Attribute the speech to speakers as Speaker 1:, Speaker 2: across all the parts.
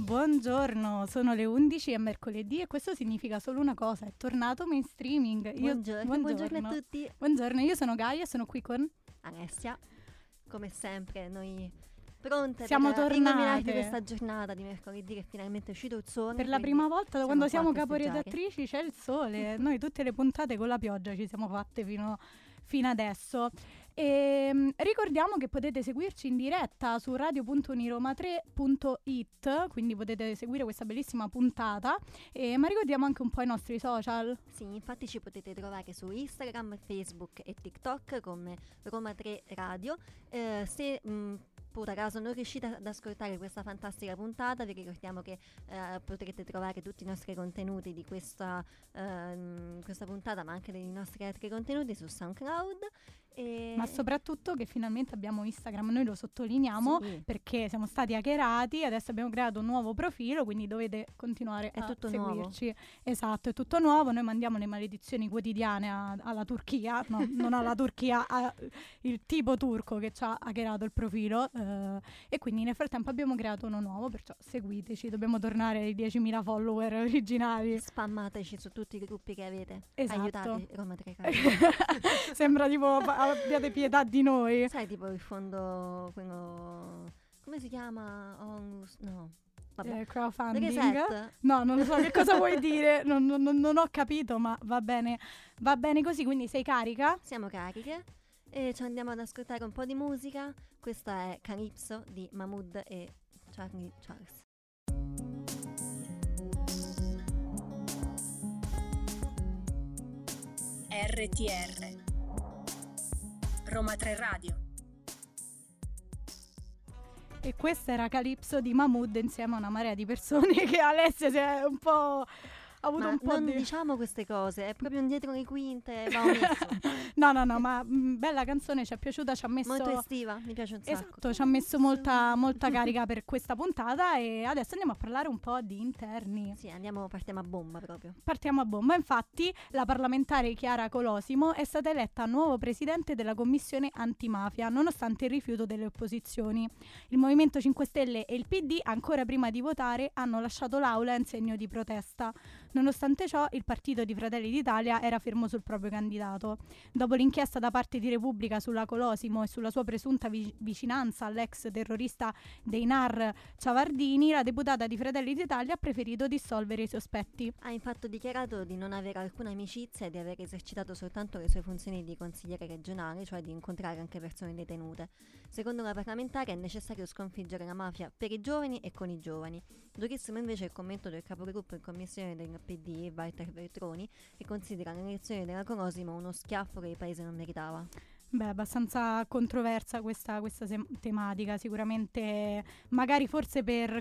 Speaker 1: Buongiorno, sono le 11, è mercoledì e questo significa solo una cosa, è tornato mainstreaming.
Speaker 2: Buongiorno a tutti.
Speaker 1: Buongiorno, io sono Gaia, sono qui con
Speaker 2: Alessia. Come sempre noi pronte
Speaker 1: siamo
Speaker 2: per
Speaker 1: tornate
Speaker 2: illuminarvi questa giornata di mercoledì che finalmente è uscito il sole.
Speaker 1: Per la prima volta da quando siamo caporedattrici c'è il sole. Noi tutte le puntate con la pioggia ci siamo fatte fino adesso. E ricordiamo che potete seguirci in diretta su radio.uniroma3.it, quindi potete seguire questa bellissima puntata, ma ricordiamo anche un po' i nostri social.
Speaker 2: Sì, infatti ci potete trovare su Instagram, Facebook e TikTok come Roma 3 Radio. Se pure a caso non riuscite ad ascoltare questa fantastica puntata, vi ricordiamo che potrete trovare tutti i nostri contenuti di questa puntata, ma anche dei nostri altri contenuti su SoundCloud.
Speaker 1: Ma soprattutto che finalmente abbiamo Instagram, noi lo sottolineiamo, sì, perché siamo stati hackerati, adesso abbiamo creato un nuovo profilo, quindi dovete continuare a seguirci. Nuovo. Esatto, è tutto nuovo, noi mandiamo le maledizioni quotidiane alla Turchia, no, non alla Turchia, il tipo turco che ci ha hackerato il profilo, e quindi nel frattempo abbiamo creato uno nuovo, perciò seguiteci, dobbiamo tornare ai 10.000 follower originali.
Speaker 2: Spammateci su tutti i gruppi che avete.
Speaker 1: Esatto.
Speaker 2: Aiutate Roma 3
Speaker 1: Sembra tipo abbiate pietà di noi.
Speaker 2: Sai, tipo il fondo, quello, come si chiama? Onlus? No.
Speaker 1: Crowdfunding? No, non lo so che cosa vuoi dire, non ho capito, ma va bene così, quindi sei carica?
Speaker 2: Siamo cariche e ci andiamo ad ascoltare un po' di musica. Questa è Calypso di Mahmood e Charlie Charles.
Speaker 3: RTR Roma 3 Radio.
Speaker 1: E questa era Calypso di Mahmood insieme a una marea di persone che Alessia si è un po'...
Speaker 2: non diciamo queste cose, è proprio un dietro le quinte, va omesso.
Speaker 1: No, ma bella canzone, ci è piaciuta, ci ha messo...
Speaker 2: Molto estiva, mi piace un sacco.
Speaker 1: Esatto, ci ha messo molta carica per questa puntata e adesso andiamo a parlare un po' di interni.
Speaker 2: Sì, partiamo a bomba proprio.
Speaker 1: Partiamo a bomba, infatti la parlamentare Chiara Colosimo è stata eletta nuovo presidente della commissione antimafia, nonostante il rifiuto delle opposizioni. Il Movimento 5 Stelle e il PD, ancora prima di votare, hanno lasciato l'aula in segno di protesta. Nonostante ciò, il partito di Fratelli d'Italia era fermo sul proprio candidato. Dopo l'inchiesta da parte di Repubblica sulla Colosimo e sulla sua presunta vicinanza all'ex terrorista dei NAR Ciavardini, la deputata di Fratelli d'Italia ha preferito dissolvere i sospetti.
Speaker 2: Ha infatti dichiarato di non avere alcuna amicizia e di aver esercitato soltanto le sue funzioni di consigliere regionale, cioè di incontrare anche persone detenute. Secondo la parlamentare è necessario sconfiggere la mafia per i giovani e con i giovani. Durissimo invece il commento del capogruppo in commissione del PD, Walter Veltroni, che considera l'elezione della Colosimo uno schiaffo che il paese non meritava.
Speaker 1: Beh, abbastanza controversa questa tematica, sicuramente, magari forse per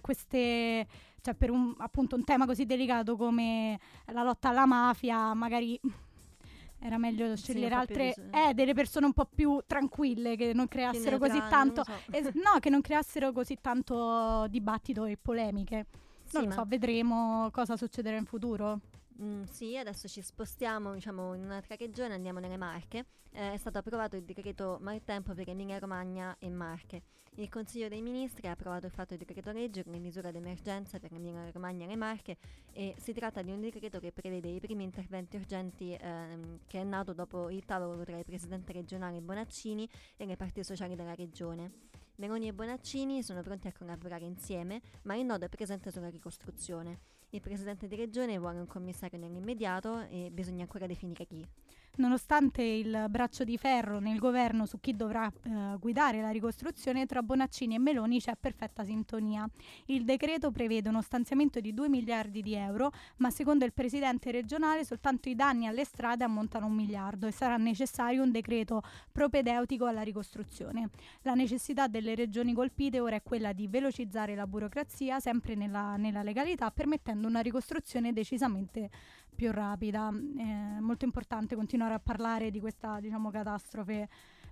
Speaker 1: per appunto un tema così delicato come la lotta alla mafia, magari era meglio scegliere altre delle persone un po' più tranquille, che non creassero così tanto che non creassero così tanto dibattito e polemiche. Non lo so, vedremo cosa succederà in futuro.
Speaker 2: Sì, adesso ci spostiamo in un'altra regione, andiamo nelle Marche. È stato approvato il decreto maltempo per Emilia Romagna e Marche. Il Consiglio dei Ministri ha approvato il fatto di decreto legge con le misure d'emergenza per Emilia Romagna e le Marche e si tratta di un decreto che prevede i primi interventi urgenti che è nato dopo il tavolo tra il presidente regionale Bonaccini e le parti sociali della regione. Meloni e Bonaccini sono pronti a collaborare insieme, ma il nodo è presente sulla ricostruzione. Il presidente di regione vuole un commissario nell'immediato e bisogna ancora definire chi.
Speaker 1: Nonostante il braccio di ferro nel governo su chi dovrà guidare la ricostruzione, tra Bonaccini e Meloni c'è perfetta sintonia. Il decreto prevede uno stanziamento di 2 miliardi di euro, ma secondo il presidente regionale soltanto i danni alle strade ammontano 1 miliardo e sarà necessario un decreto propedeutico alla ricostruzione. La necessità delle regioni colpite ora è quella di velocizzare la burocrazia, sempre nella legalità, permettendo una ricostruzione decisamente più rapida. È molto importante continuare a parlare di questa catastrofe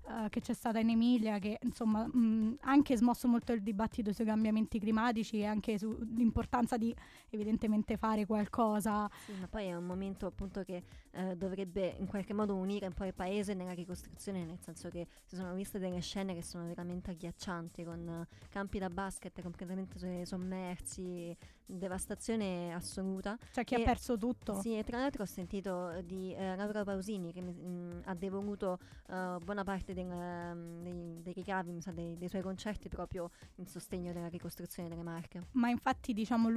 Speaker 1: che c'è stata in Emilia, che insomma ha anche smosso molto il dibattito sui cambiamenti climatici e anche sull'importanza di evidentemente fare qualcosa.
Speaker 2: Sì, ma poi è un momento appunto che dovrebbe in qualche modo unire un po' il paese nella ricostruzione, nel senso che si sono viste delle scene che sono veramente agghiaccianti, con campi da basket completamente sommersi, devastazione assoluta.
Speaker 1: Cioè chi ha perso tutto.
Speaker 2: Sì, e tra l'altro ho sentito di Laura Pausini che ha devoluto buona parte dei ricavi, mi sa, dei suoi concerti proprio in sostegno della ricostruzione delle Marche.
Speaker 1: Ma infatti diciamo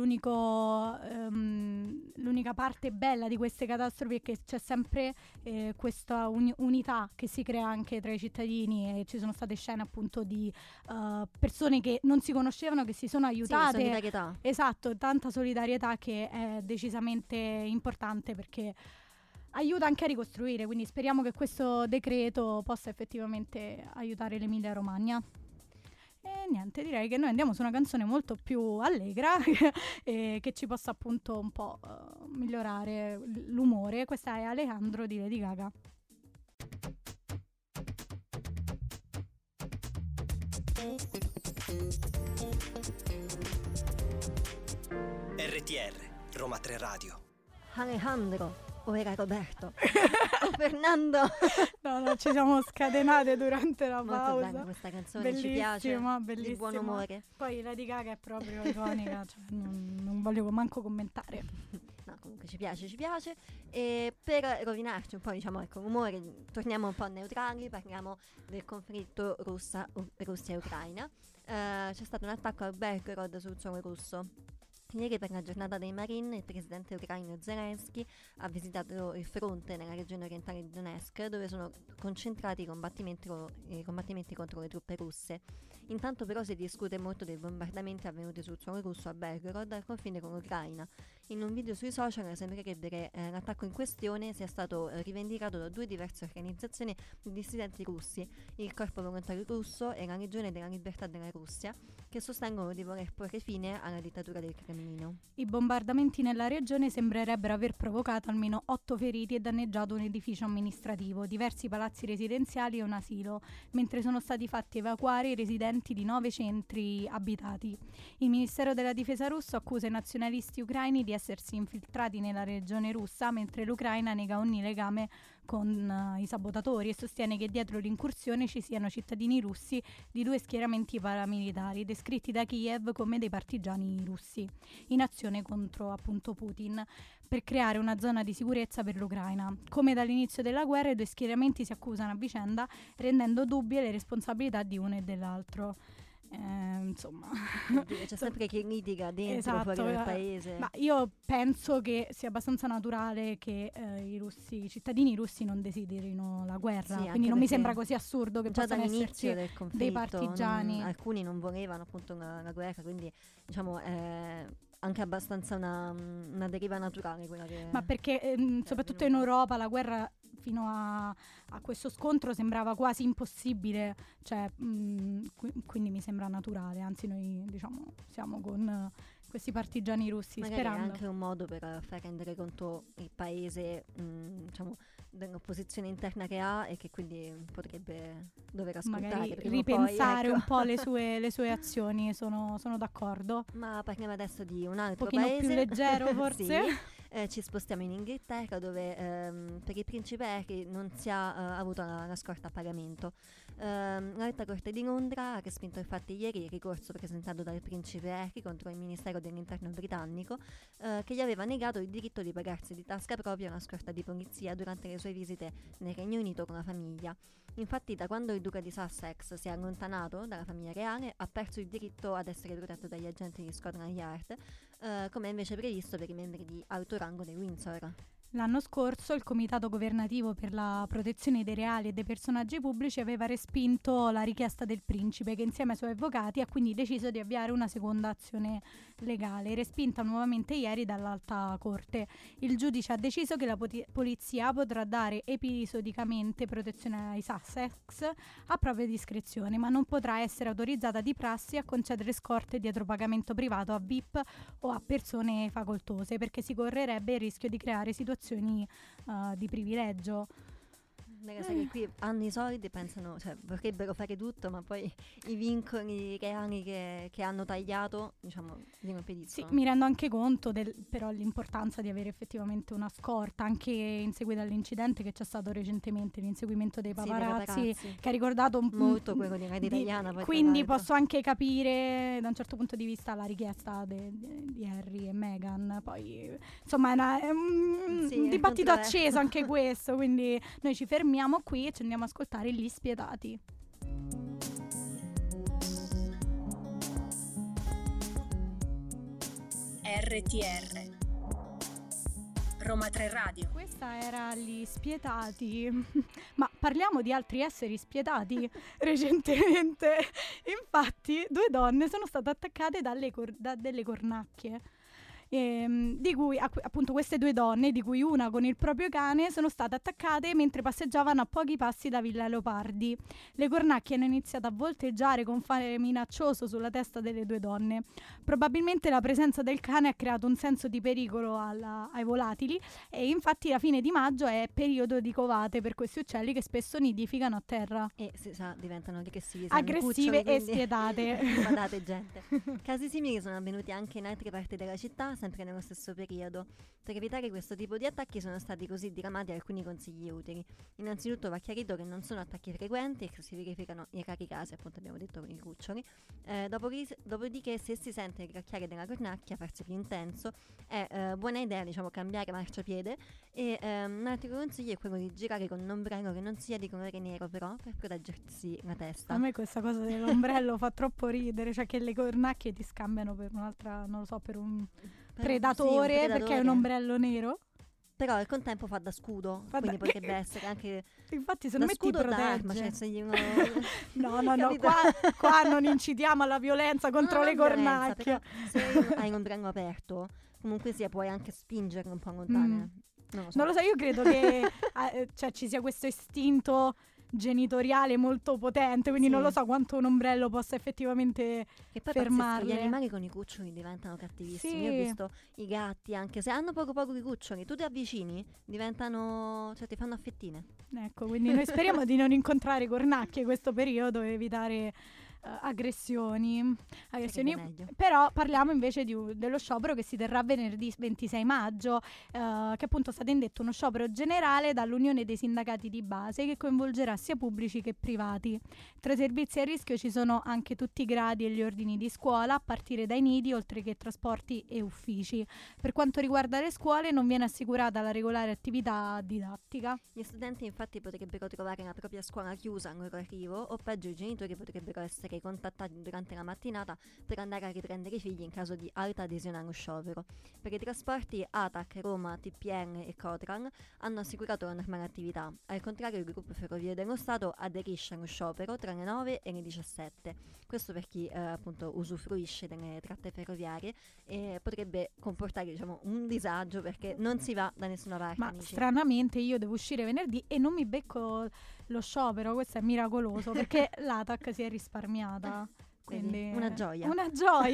Speaker 1: l'unica parte bella di queste catastrofi è che c'è sempre questa unità che si crea anche tra i cittadini, e ci sono state scene appunto di persone che non si conoscevano, che si sono aiutate.
Speaker 2: Sì, solidarietà.
Speaker 1: Esatto, tanta solidarietà che è decisamente importante perché aiuta anche a ricostruire, quindi speriamo che questo decreto possa effettivamente aiutare l'Emilia Romagna. E niente, direi che noi andiamo su una canzone molto più allegra che ci possa appunto un po' migliorare l'umore. Questa è Alejandro di Lady Gaga.
Speaker 4: RTR Roma 3 Radio.
Speaker 2: Alejandro, o era Roberto? O Fernando?
Speaker 1: No, ci siamo scatenate durante la
Speaker 2: Molto
Speaker 1: pausa.
Speaker 2: bella questa canzone,
Speaker 1: Bellissima,
Speaker 2: ci piace,
Speaker 1: bellissima.
Speaker 2: di buon umore.
Speaker 1: Poi Lady Gaga è proprio iconica, cioè non voglio manco commentare.
Speaker 2: No, comunque ci piace. E per rovinarci un po', diciamo, ecco, l'umore, torniamo un po' neutrali, parliamo del conflitto Russia e Ucraina. C'è stato un attacco a Belgorod sul suolo russo. Ieri per la giornata dei Marine il presidente ucraino Zelensky ha visitato il fronte nella regione orientale di Donetsk, dove sono concentrati i combattimenti contro le truppe russe. Intanto però si discute molto dei bombardamenti avvenuti sul suolo russo a Belgorod, al confine con l'Ucraina. In un video sui social sembrerebbe che l'attacco in questione sia stato rivendicato da due diverse organizzazioni di dissidenti russi, il Corpo Volontario Russo e la Legione della Libertà della Russia, che sostengono di voler porre fine alla dittatura del Cremlino.
Speaker 1: I bombardamenti nella regione sembrerebbero aver provocato almeno 8 feriti e danneggiato un edificio amministrativo, diversi palazzi residenziali e un asilo, mentre sono stati fatti evacuare i residenti di 9 centri abitati. Il Ministero della Difesa russo accusa i nazionalisti ucraini di essersi infiltrati nella regione russa, mentre l'Ucraina nega ogni legame con i sabotatori e sostiene che dietro l'incursione ci siano cittadini russi di due schieramenti paramilitari descritti da Kiev come dei partigiani russi in azione contro appunto Putin, per creare una zona di sicurezza per l'Ucraina. Come dall'inizio della guerra i due schieramenti si accusano a vicenda, rendendo dubbie le responsabilità di uno e dell'altro. Insomma,
Speaker 2: c'è sempre chi litiga dentro,
Speaker 1: esatto,
Speaker 2: fuori dal paese.
Speaker 1: Ma io penso che sia abbastanza naturale che i cittadini russi non desiderino la guerra,
Speaker 2: Sì,
Speaker 1: quindi non mi sembra così assurdo che
Speaker 2: già
Speaker 1: possano esserci
Speaker 2: dall'inizio del conflitto
Speaker 1: dei partigiani.
Speaker 2: alcuni non volevano appunto la guerra, quindi diciamo è anche abbastanza una deriva naturale quella che...
Speaker 1: Ma perché soprattutto in Europa la guerra fino a questo scontro sembrava quasi impossibile, cioè quindi mi sembra naturale, anzi noi diciamo siamo con questi partigiani russi,
Speaker 2: magari
Speaker 1: sperando.
Speaker 2: è anche un modo per far rendere conto il paese diciamo dell'opposizione interna che ha e che quindi potrebbe dover ascoltare,
Speaker 1: magari
Speaker 2: prima o
Speaker 1: ripensare
Speaker 2: poi, ecco.
Speaker 1: un po' le sue azioni, sono d'accordo.
Speaker 2: Ma parliamo adesso di un altro
Speaker 1: Un pochino
Speaker 2: paese
Speaker 1: più leggero forse.
Speaker 2: Sì. Ci spostiamo in Inghilterra dove per il principe Harry non si è avuto la scorta a pagamento. L'Alta Corte di Londra ha respinto infatti ieri il ricorso presentato dal principe Harry contro il Ministero dell'Interno britannico che gli aveva negato il diritto di pagarsi di tasca propria una scorta di polizia durante le sue visite nel Regno Unito con la famiglia. Infatti da quando il duca di Sussex si è allontanato dalla famiglia reale ha perso il diritto ad essere protetto dagli agenti di Scotland Yard, come invece previsto per i membri di alto rango dei Windsor.
Speaker 1: L'anno scorso il Comitato Governativo per la Protezione dei Reali e dei Personaggi Pubblici aveva respinto la richiesta del principe, che insieme ai suoi avvocati ha quindi deciso di avviare una seconda azione legale, respinta nuovamente ieri dall'Alta Corte. Il giudice ha deciso che la polizia potrà dare episodicamente protezione ai Sussex a propria discrezione, ma non potrà essere autorizzata di prassi a concedere scorte dietro pagamento privato a VIP o a persone facoltose, perché si correrebbe il rischio di creare situazioni di privilegio.
Speaker 2: Beh, sai che qui hanno i soldi, pensano, cioè vorrebbero fare tutto, ma poi i vincoli reali che hanno tagliato, diciamo, li
Speaker 1: Sì,
Speaker 2: impediscono.
Speaker 1: mi rendo anche conto però l'importanza di avere effettivamente una scorta, anche in seguito all'incidente che c'è stato recentemente, l'inseguimento dei
Speaker 2: Sì, dei
Speaker 1: paparazzi,
Speaker 2: paparazzi.
Speaker 1: che ha ricordato
Speaker 2: Molto quello di Radio Italiana, poi, tra
Speaker 1: quindi
Speaker 2: l'altro.
Speaker 1: posso anche capire da un certo punto di vista la richiesta di Harry e Meghan. Poi insomma è un
Speaker 2: Sì, è
Speaker 1: dibattito
Speaker 2: controverso.
Speaker 1: acceso anche questo, quindi noi ci fermiamo qui e ci andiamo ad ascoltare Gli Spietati.
Speaker 3: RTR Roma 3 Radio.
Speaker 1: Questa era Gli Spietati. Ma parliamo di altri esseri spietati recentemente. Infatti, 2 donne sono state attaccate da delle cornacchie. Di cui appunto queste 2 donne, di cui una con il proprio cane, sono state attaccate mentre passeggiavano a pochi passi da Villa Leopardi. Le cornacchie hanno iniziato a volteggiare con fare minaccioso sulla testa delle 2 donne. Probabilmente la presenza del cane ha creato un senso di pericolo ai volatili, e infatti la fine di maggio è periodo di covate per questi uccelli che spesso nidificano a terra.
Speaker 2: E si sa, diventano aggressive,
Speaker 1: Aggressive e
Speaker 2: quindi
Speaker 1: spietate.
Speaker 2: badate, gente. Casi simili sono avvenuti anche in altre parti della città, sempre nello stesso periodo. Per evitare questo tipo di attacchi sono stati così diramati alcuni consigli utili. Innanzitutto va chiarito che non sono attacchi frequenti e che si verificano in rari casi, appunto abbiamo detto con i cuccioli. Dopodiché, se si sente il gracchiare della cornacchia farsi più intenso, è buona idea, diciamo, cambiare marciapiede. E un altro consiglio è quello di girare con un ombrello che non sia di colore nero, però, per proteggersi la testa.
Speaker 1: A me questa cosa dell'ombrello fa troppo ridere, cioè che le cornacchie ti scambiano per un'altra, non lo so, per un predatore, perché è un ombrello nero.
Speaker 2: Però al contempo fa da scudo, quindi potrebbe essere anche
Speaker 1: infatti
Speaker 2: da
Speaker 1: secondo me ti
Speaker 2: scudo o da arma,
Speaker 1: protegge.
Speaker 2: cioè se gli
Speaker 1: No,
Speaker 2: Capito?
Speaker 1: qua non incitiamo alla violenza contro
Speaker 2: No,
Speaker 1: le
Speaker 2: non violenza,
Speaker 1: cornacchie.
Speaker 2: però se hai un ombrello aperto, comunque sia puoi anche spingerlo un po' lontano.
Speaker 1: Non lo so, io credo che cioè, ci sia questo istinto genitoriale molto potente, quindi
Speaker 2: Sì.
Speaker 1: non lo so quanto un ombrello possa effettivamente
Speaker 2: Che poi
Speaker 1: fermarle.
Speaker 2: gli animali con i cuccioli diventano cattivissimi.
Speaker 1: Sì.
Speaker 2: Io ho visto i gatti, anche se hanno poco di cuccioli, tu ti avvicini, diventano, cioè ti fanno a fettine.
Speaker 1: Ecco, quindi noi speriamo di non incontrare cornacchie questo periodo e evitare aggressioni.
Speaker 2: Sarebbe meglio.
Speaker 1: Però parliamo invece dello sciopero che si terrà venerdì 26 maggio, che appunto è stato indetto uno sciopero generale dall'Unione dei Sindacati di Base, che coinvolgerà sia pubblici che privati. Tra i servizi a rischio ci sono anche tutti i gradi e gli ordini di scuola, a partire dai nidi, oltre che trasporti e uffici. Per quanto riguarda le scuole, non viene assicurata la regolare attività didattica.
Speaker 2: Gli studenti infatti potrebbero trovare la propria scuola chiusa al loro arrivo, o peggio i genitori potrebbero essere contattati durante la mattinata per andare a riprendere i figli in caso di alta adesione allo sciopero. Per i trasporti ATAC, Roma, TPN e Cotral hanno assicurato la normale attività. Al contrario, il gruppo Ferrovie dello Stato aderisce allo sciopero tra le 9 e le 17. Questo per chi appunto usufruisce delle tratte ferroviarie, e potrebbe comportare, diciamo, un disagio perché non si va da nessuna parte.
Speaker 1: Ma
Speaker 2: amici.
Speaker 1: stranamente io devo uscire venerdì e non mi becco lo sciopero, questo è miracoloso perché l'ATAC si è risparmiata.
Speaker 2: Quindi,
Speaker 1: Quindi
Speaker 2: una gioia.
Speaker 1: Una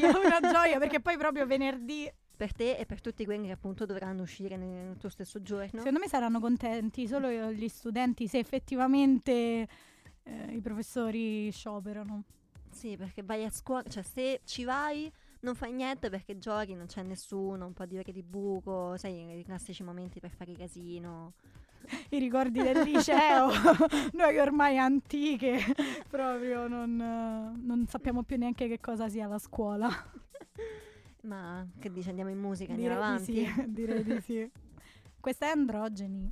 Speaker 1: gioia perché poi proprio venerdì
Speaker 2: Per te e per tutti quelli che appunto dovranno uscire nel tuo stesso giorno.
Speaker 1: secondo me saranno contenti solo gli studenti se effettivamente i professori scioperano.
Speaker 2: Sì, perché vai a scuola, cioè se ci vai non fai niente perché giochi, non c'è nessuno, un po' di ore di buco, sai, i classici momenti per fare casino.
Speaker 1: I ricordi del liceo, noi ormai antiche, proprio non sappiamo più neanche che cosa sia la scuola.
Speaker 2: Ma che dici, andiamo in musica, andiamo avanti?
Speaker 1: Direi di sì. Questa è Androgeni.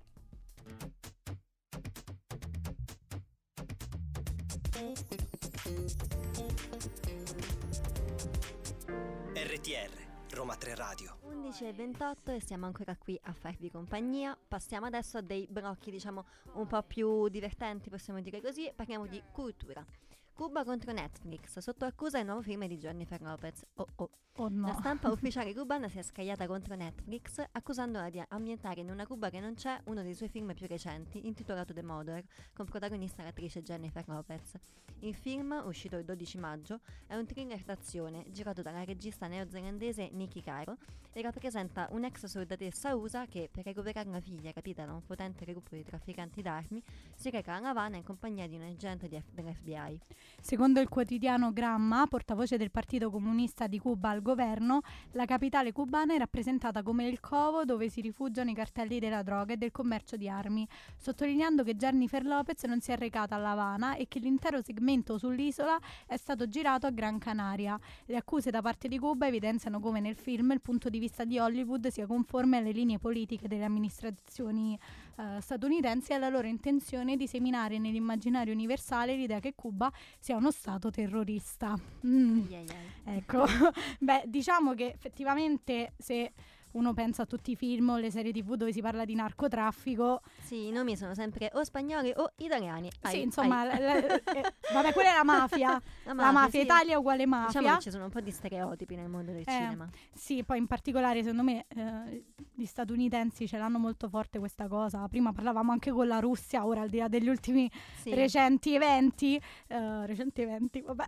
Speaker 4: RTR Roma 3 Radio.
Speaker 2: 11:28 e siamo ancora qui a farvi compagnia. Passiamo adesso a dei blocchi, diciamo, un po' più divertenti, possiamo dire così. Parliamo di cultura. Cuba contro Netflix, sotto accusa il nuovo film di Jennifer Lopez.
Speaker 1: Oh no.
Speaker 2: La stampa ufficiale cubana si è scagliata contro Netflix, accusandola di ambientare in una Cuba che non c'è uno dei suoi film più recenti, intitolato The Mother, con protagonista l'attrice Jennifer Lopez. Il film, uscito il 12 maggio, è un thriller d'azione girato dalla regista neozelandese Nikki Caro e rappresenta un'ex soldatessa USA che, per recuperare la figlia rapita da un potente gruppo di trafficanti d'armi, si reca a Havana in compagnia di un agente dell'FBI.
Speaker 1: Secondo il quotidiano Gramma, portavoce del Partito Comunista di Cuba al governo, la capitale cubana è rappresentata come il covo dove si rifugiano i cartelli della droga e del commercio di armi, sottolineando che Jennifer Lopez non si è recata a Havana e che l'intero segmento sull'isola è stato girato a Gran Canaria. Le accuse da parte di Cuba evidenziano come nel film il punto di vista di Hollywood sia conforme alle linee politiche delle amministrazioni statunitensi e alla loro intenzione di seminare nell'immaginario universale l'idea che Cuba sia uno stato terrorista. Ecco, beh, diciamo che effettivamente se uno pensa a tutti i film o le serie TV dove si parla di narcotraffico.
Speaker 2: Sì, i nomi sono sempre o spagnoli o italiani.
Speaker 1: Sì, insomma, vabbè, quella è la mafia. La mafia,
Speaker 2: sì.
Speaker 1: Italia uguale mafia.
Speaker 2: Diciamo che ci sono un po' di stereotipi nel mondo del cinema.
Speaker 1: Sì, poi in particolare secondo me gli statunitensi ce l'hanno molto forte questa cosa. Prima parlavamo anche con la Russia, ora al di là degli ultimi recenti eventi, vabbè.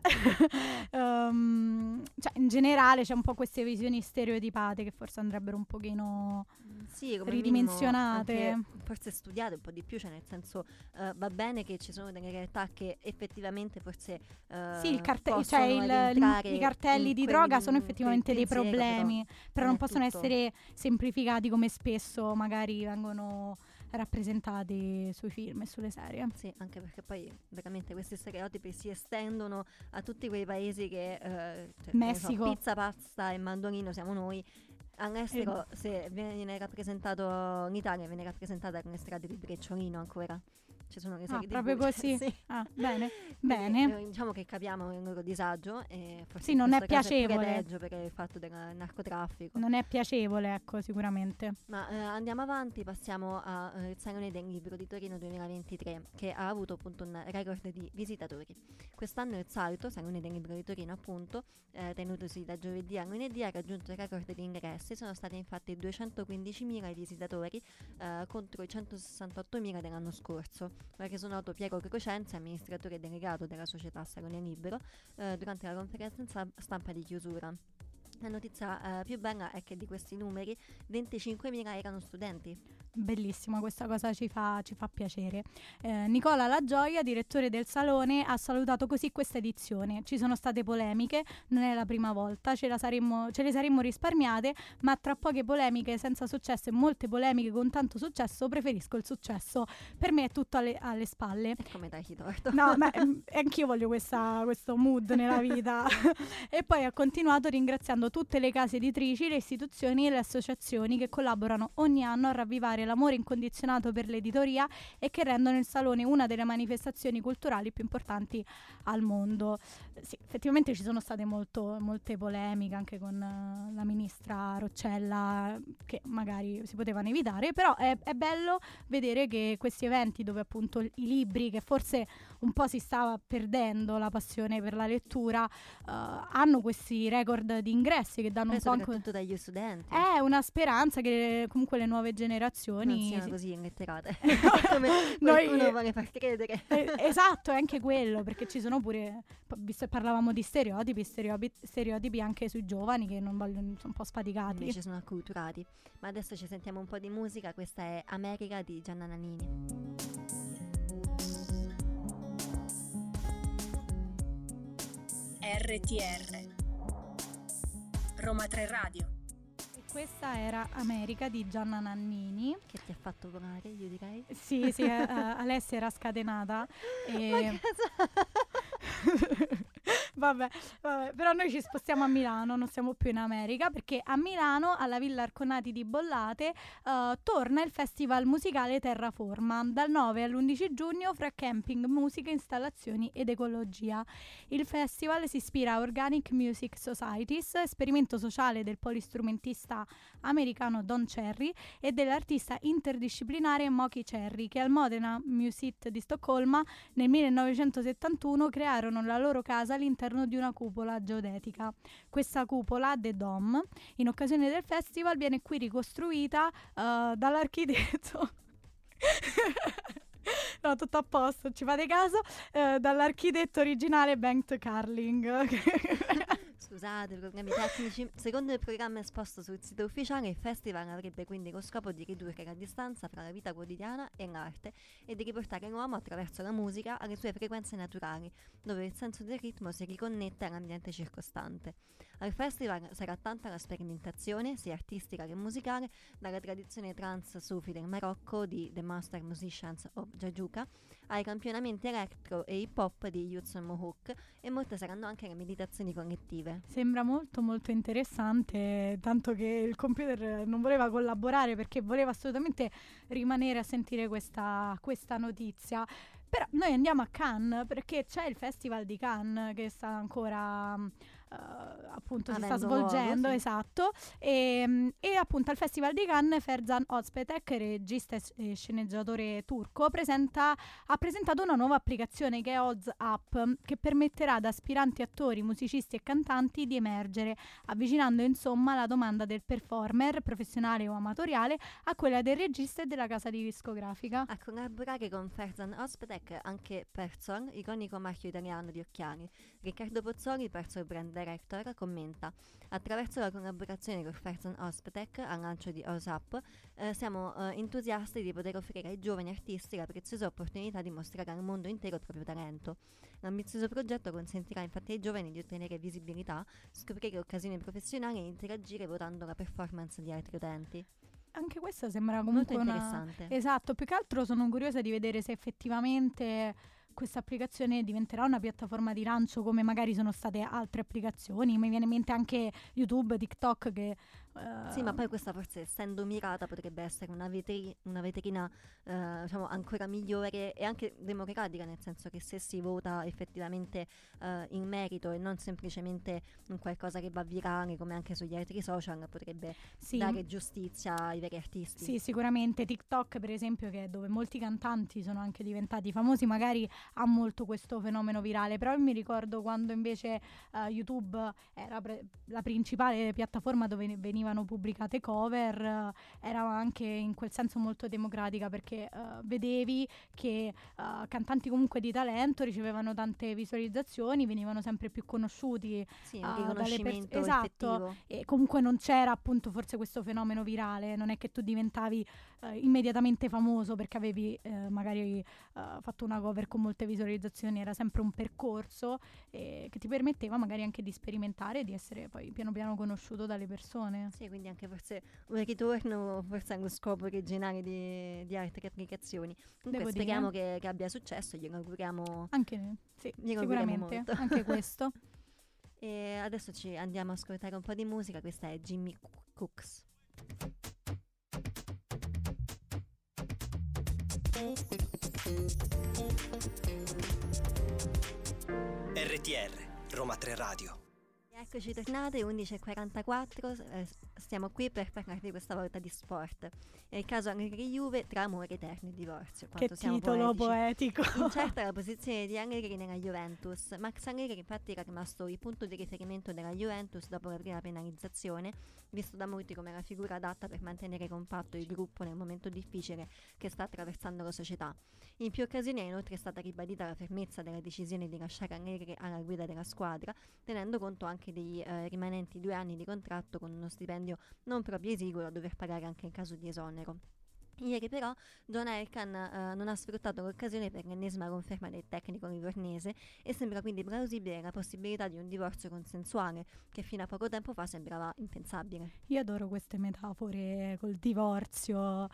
Speaker 1: Cioè in generale c'è un po' queste visioni stereotipate che forse andrebbero un pochino ridimensionate,
Speaker 2: forse studiate un po' di più, cioè nel senso va bene che ci sono delle realtà che effettivamente forse
Speaker 1: i cartelli di droga sono effettivamente dei problemi, però non possono essere semplificati come spesso magari vengono rappresentati sui film e sulle serie.
Speaker 2: Sì, anche perché poi veramente questi stereotipi si estendono a tutti quei paesi che
Speaker 1: Messico,
Speaker 2: pizza, pasta e mandolino siamo noi. All'estero se viene rappresentato in Italia viene rappresentata con le strade di Brecciolino ancora. Ci sono le serie
Speaker 1: proprio così.
Speaker 2: Sì.
Speaker 1: Bene.
Speaker 2: Quindi, diciamo che capiamo il loro disagio e forse
Speaker 1: sì, non è piacevole,
Speaker 2: è peggio per il fatto del narcotraffico.
Speaker 1: Non è piacevole, ecco, sicuramente.
Speaker 2: Ma andiamo avanti, passiamo al Salone del Libro di Torino 2023, che ha avuto appunto un record di visitatori. Quest'anno il Salto, Salone del Libro di Torino appunto, tenutosi da giovedì a lunedì, ha raggiunto il record di ingressi. Sono stati infatti 215.000 i visitatori contro i 168.000 dell'anno scorso. Ha reso noto Piero Crocenzi, amministratore delegato della società Salone Libero, durante la conferenza stampa di chiusura. La notizia più bella è che di questi numeri 25.000 erano studenti.
Speaker 1: Bellissima, questa cosa ci fa piacere. Nicola La Gioia, direttore del Salone, ha salutato così questa edizione. Ci sono state polemiche, non è la prima volta, ce le saremmo risparmiate, ma tra poche polemiche senza successo e molte polemiche con tanto successo preferisco il successo. Per me è tutto alle spalle.
Speaker 2: E come dai torto?
Speaker 1: No, ma anch'io voglio questo mood nella vita. E poi ha continuato ringraziando tutte le case editrici, le istituzioni e le associazioni che collaborano ogni anno a ravvivare l'amore incondizionato per l'editoria e che rendono il Salone una delle manifestazioni culturali più importanti al mondo. Sì, effettivamente ci sono state molte polemiche anche con la ministra Roccella, che magari si potevano evitare, però è bello vedere che questi eventi dove appunto i libri, che forse un po' si stava perdendo la passione per la lettura, hanno questi record di ingressi che danno un po' anche
Speaker 2: soprattutto dagli studenti.
Speaker 1: È una speranza che comunque le nuove generazioni
Speaker 2: non siano così illetterate come uno vuole far credere.
Speaker 1: Esatto, è anche quello, perché ci sono pure, visto che parlavamo di stereotipi anche sui giovani che non vogliono, sono un po' sfaticati.
Speaker 2: Invece sono acculturati. Ma adesso ci sentiamo un po' di musica. Questa è America di Gianna Nannini.
Speaker 3: RTR Roma 3 Radio.
Speaker 1: Questa era America di Gianna Nannini.
Speaker 2: Che ti ha fatto volare, io direi.
Speaker 1: Sì, Alessia era scatenata.
Speaker 2: Ma che
Speaker 1: Vabbè, però noi ci spostiamo a Milano, non siamo più in America, perché a Milano, alla Villa Arconati di Bollate, torna il festival musicale Terraforma, dal 9 all'11 giugno fra camping, musica, installazioni ed ecologia. Il festival si ispira a Organic Music Societies, esperimento sociale del polistrumentista americano Don Cherry e dell'artista interdisciplinare Moki Cherry, che al Modena Music di Stoccolma nel 1971 crearono la loro casa all'interno di una cupola geodetica. Questa cupola, The Dome, in occasione del festival viene qui ricostruita dall'architetto no, tutto a posto, ci fate caso, dall'architetto originale Bengt Carling.
Speaker 2: Scusate, problemi tecnici. Secondo il programma esposto sul sito ufficiale, il festival avrebbe quindi lo scopo di ridurre la distanza fra la vita quotidiana e l'arte e di riportare l'uomo attraverso la musica alle sue frequenze naturali, dove il senso del ritmo si riconnette all'ambiente circostante. Al festival sarà tanta la sperimentazione, sia artistica che musicale, dalla tradizione trance sufi del Marocco di The Master Musicians of Jajuka ai campionamenti electro e hip hop di Youth Mohawk, e molte saranno anche le meditazioni collettive.
Speaker 1: Sembra molto molto interessante, tanto che il computer non voleva collaborare perché voleva assolutamente rimanere a sentire questa notizia. Però noi andiamo a Cannes perché c'è il Festival di Cannes che sta ancora appunto si sta svolgendo,
Speaker 2: luogo, sì.
Speaker 1: Esatto, e appunto al Festival di Cannes Ferzan Özpetek, regista e sceneggiatore turco, ha presentato una nuova applicazione che è Oz App, che permetterà ad aspiranti attori, musicisti e cantanti di emergere, avvicinando insomma la domanda del performer professionale o amatoriale a quella del regista e della casa discografica.
Speaker 2: A collaborare con Ferzan Özpetek anche Persol, iconico marchio italiano di occhiali. Riccardo Pozzoli, Persol Brand Director, commenta: attraverso la collaborazione con Ferzan Özpetek al lancio di OSAP siamo entusiasti di poter offrire ai giovani artisti la preziosa opportunità di mostrare al mondo intero il proprio talento. L'ambizioso progetto consentirà infatti ai giovani di ottenere visibilità, scoprire occasioni professionali e interagire votando la performance di altri utenti.
Speaker 1: Anche questo sembra comunque
Speaker 2: molto interessante.
Speaker 1: Esatto, più che altro sono curiosa di vedere se effettivamente questa applicazione diventerà una piattaforma di lancio come magari sono state altre applicazioni. Mi viene in mente anche YouTube, TikTok che
Speaker 2: sì, ma poi questa forse, essendo mirata, potrebbe essere una vetrina diciamo ancora migliore e anche democratica, nel senso che se si vota effettivamente in merito e non semplicemente in qualcosa che va virale come anche sugli altri social, potrebbe dare giustizia ai veri artisti.
Speaker 1: Sì, sicuramente. TikTok per esempio, che è dove molti cantanti sono anche diventati famosi, magari ha molto questo fenomeno virale, però mi ricordo quando invece YouTube era la principale piattaforma dove venivano pubblicate cover, era anche in quel senso molto democratica, perché vedevi che cantanti comunque di talento ricevevano tante visualizzazioni, venivano sempre più conosciuti,
Speaker 2: sì, un riconoscimento
Speaker 1: esatto,
Speaker 2: effettivo.
Speaker 1: E comunque non c'era appunto forse questo fenomeno virale, non è che tu diventavi immediatamente famoso perché avevi magari fatto una cover con molte visualizzazioni, era sempre un percorso che ti permetteva magari anche di sperimentare e di essere poi piano piano conosciuto dalle persone.
Speaker 2: Sì, quindi anche forse un ritorno forse allo scopo originale di altre applicazioni. Comunque speriamo che abbia successo, glielo auguriamo.
Speaker 1: Anche noi, sì, sicuramente,
Speaker 2: molto.
Speaker 1: anche questo.
Speaker 2: E adesso ci andiamo a ascoltare un po' di musica, questa è Jimmy Cooks.
Speaker 4: RTR, Roma 3 Radio.
Speaker 2: Eccoci tornate, 11.44, stiamo qui per parlarvi questa volta di sport. È il caso Allegri-Juve tra amore eterno e divorzio.
Speaker 1: Che titolo poetico!
Speaker 2: Incerta la posizione di Allegri nella Juventus. Max Allegri infatti era rimasto il punto di riferimento della Juventus dopo la prima penalizzazione, visto da molti come la figura adatta per mantenere compatto il gruppo nel momento difficile che sta attraversando la società. In più occasioni è inoltre stata ribadita la fermezza della decisione di lasciare Allegri alla guida della squadra, tenendo conto anche dei rimanenti 2 anni di contratto con uno stipendio non proprio esiguo da dover pagare anche in caso di esonero. Ieri però John Elkann non ha sfruttato l'occasione per l'ennesima conferma del tecnico livornese e sembra quindi plausibile la possibilità di un divorzio consensuale che fino a poco tempo fa sembrava impensabile.
Speaker 1: Io adoro queste metafore col divorzio.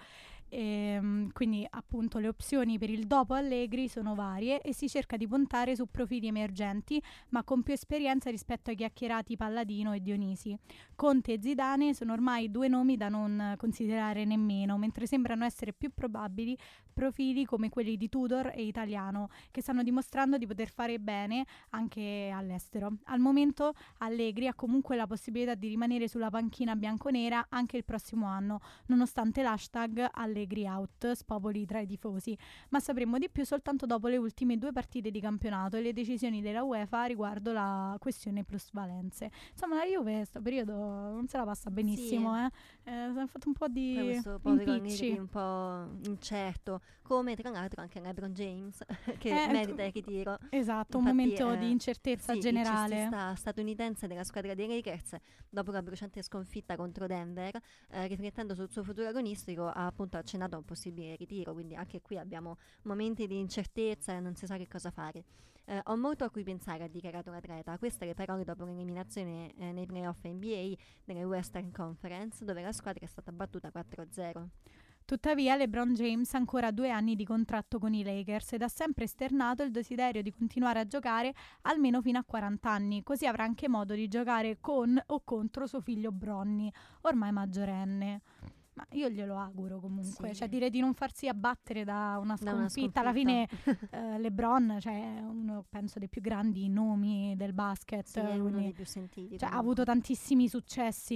Speaker 1: Quindi appunto le opzioni per il dopo Allegri sono varie e si cerca di puntare su profili emergenti ma con più esperienza rispetto ai chiacchierati Palladino e Dionisi. Conte e Zidane sono ormai due nomi da non considerare nemmeno, mentre sembrano essere più probabili profili come quelli di Tudor e Italiano, che stanno dimostrando di poter fare bene anche all'estero. Al momento Allegri ha comunque la possibilità di rimanere sulla panchina bianconera anche il prossimo anno, nonostante l'hashtag Allegri out spopoli tra i tifosi, ma sapremo di più soltanto dopo le ultime 2 partite di campionato e le decisioni della UEFA riguardo la questione plusvalenze. Insomma, la Juve questo periodo non se la passa benissimo, ha fatto un po' di
Speaker 2: questo povero
Speaker 1: impicci.
Speaker 2: Allegri un po' incerto, come tra l'altro anche LeBron James che merita il ritiro.
Speaker 1: Esatto, un
Speaker 2: Infatti,
Speaker 1: momento di incertezza
Speaker 2: sì,
Speaker 1: generale.
Speaker 2: il cestista statunitense della squadra dei Lakers, dopo la bruciante sconfitta contro Denver, riflettendo sul suo futuro agonistico, ha appunto accennato a un possibile ritiro, quindi anche qui abbiamo momenti di incertezza e non si sa che cosa fare. Ho molto a cui pensare, ha dichiarato l'atleta. Queste le parole dopo l'eliminazione nei playoff NBA delle Western Conference, dove la squadra è stata battuta 4-0.
Speaker 1: Tuttavia LeBron James ha ancora 2 anni di contratto con i Lakers ed ha sempre esternato il desiderio di continuare a giocare almeno fino a 40 anni, così avrà anche modo di giocare con o contro suo figlio Bronny, ormai maggiorenne. Ma io glielo auguro comunque,
Speaker 2: Sì.
Speaker 1: cioè dire di non farsi abbattere da una
Speaker 2: Da una
Speaker 1: sconfitta. Alla fine LeBron, cioè, è uno penso dei più grandi nomi del basket,
Speaker 2: Sì, è uno
Speaker 1: quindi,
Speaker 2: dei più sentiti.
Speaker 1: cioè, ha
Speaker 2: comunque.
Speaker 1: avuto tantissimi successi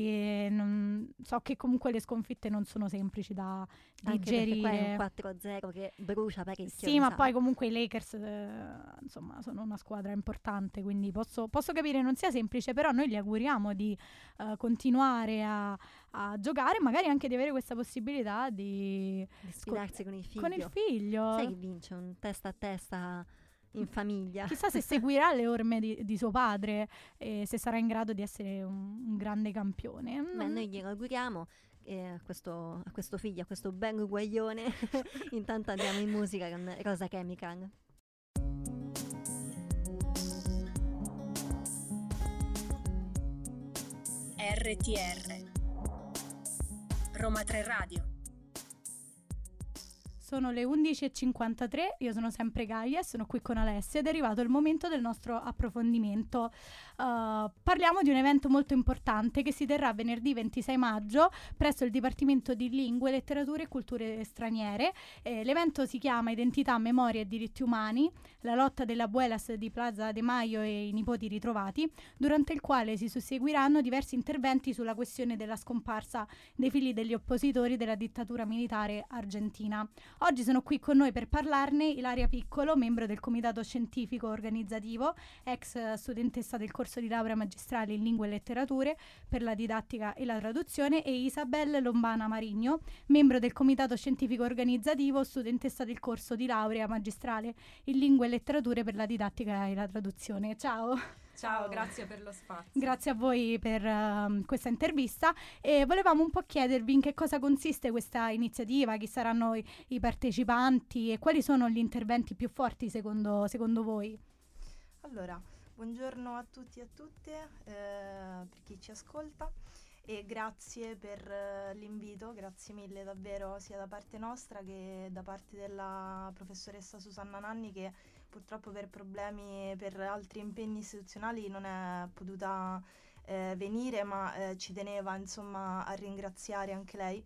Speaker 1: e so che comunque le sconfitte non sono semplici da
Speaker 2: Anche perché qua è
Speaker 1: digerire.
Speaker 2: un 4-0 che brucia parecchio.
Speaker 1: Sì, ma
Speaker 2: sa.
Speaker 1: poi comunque i Lakers insomma sono una squadra importante, quindi posso capire non sia semplice, però noi gli auguriamo di continuare a giocare, magari anche di avere questa possibilità di
Speaker 2: Di sfidarsi con il figlio.
Speaker 1: con il figlio.
Speaker 2: Sai che vince un testa a testa in famiglia.
Speaker 1: Chissà se seguirà le orme di suo padre e se sarà in grado di essere un grande campione.
Speaker 2: Beh, noi glielo auguriamo a questo figlio, a questo bel guaglione. Intanto andiamo in musica con Rosa Chemical.
Speaker 3: RTR Roma 3 Radio.
Speaker 1: Sono le 11:53, io sono sempre Gaia e sono qui con Alessia ed è arrivato il momento del nostro approfondimento. Parliamo di un evento molto importante che si terrà venerdì 26 maggio presso il Dipartimento di Lingue, Letterature e Culture Straniere. L'evento si chiama Identità, Memoria e Diritti Umani, la lotta delle abuelas di Plaza de Mayo e i nipoti ritrovati, durante il quale si susseguiranno diversi interventi sulla questione della scomparsa dei figli degli oppositori della dittatura militare argentina. Oggi sono qui con noi per parlarne Ilaria Piccolo, membro del Comitato Scientifico Organizzativo, ex studentessa del corso di laurea magistrale in Lingue e Letterature per la didattica e la traduzione, e Isabel Lombana Marigno, membro del Comitato Scientifico Organizzativo, studentessa del corso di laurea magistrale in Lingue e Letterature per la didattica e la traduzione. Ciao!
Speaker 5: Ciao, grazie per lo spazio.
Speaker 1: Grazie a voi per questa intervista e volevamo un po' chiedervi in che cosa consiste questa iniziativa, chi saranno i partecipanti e quali sono gli interventi più forti secondo voi.
Speaker 5: Allora, buongiorno a tutti e a tutte, per chi ci ascolta, e grazie per l'invito, grazie mille davvero sia da parte nostra che da parte della professoressa Susanna Nanni, che purtroppo per problemi e per altri impegni istituzionali non è potuta venire, ma ci teneva insomma a ringraziare anche lei.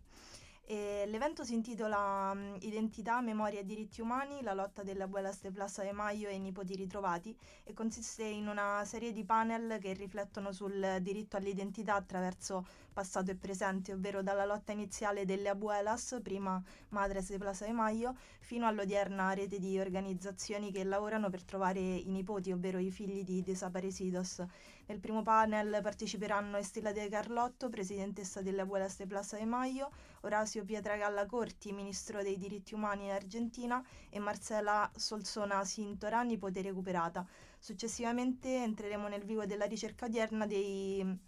Speaker 5: E l'evento si intitola Identità, Memoria e Diritti Umani, la lotta delle abuelas de Plaza de Mayo e i nipoti ritrovati, e consiste in una serie di panel che riflettono sul diritto all'identità attraverso passato e presente, ovvero dalla lotta iniziale delle abuelas, prima Madres de Plaza de Mayo, fino all'odierna rete di organizzazioni che lavorano per trovare i nipoti, ovvero i figli di desaparecidos. Nel primo panel parteciperanno Estela De Carlotto, presidentessa delle Abuelas de Plaza de Mayo, Orazio Pietragalla Corti, ministro dei diritti umani in Argentina, e Marcela Solsona Sintora, nipote recuperata. Successivamente entreremo nel vivo della ricerca odierna dei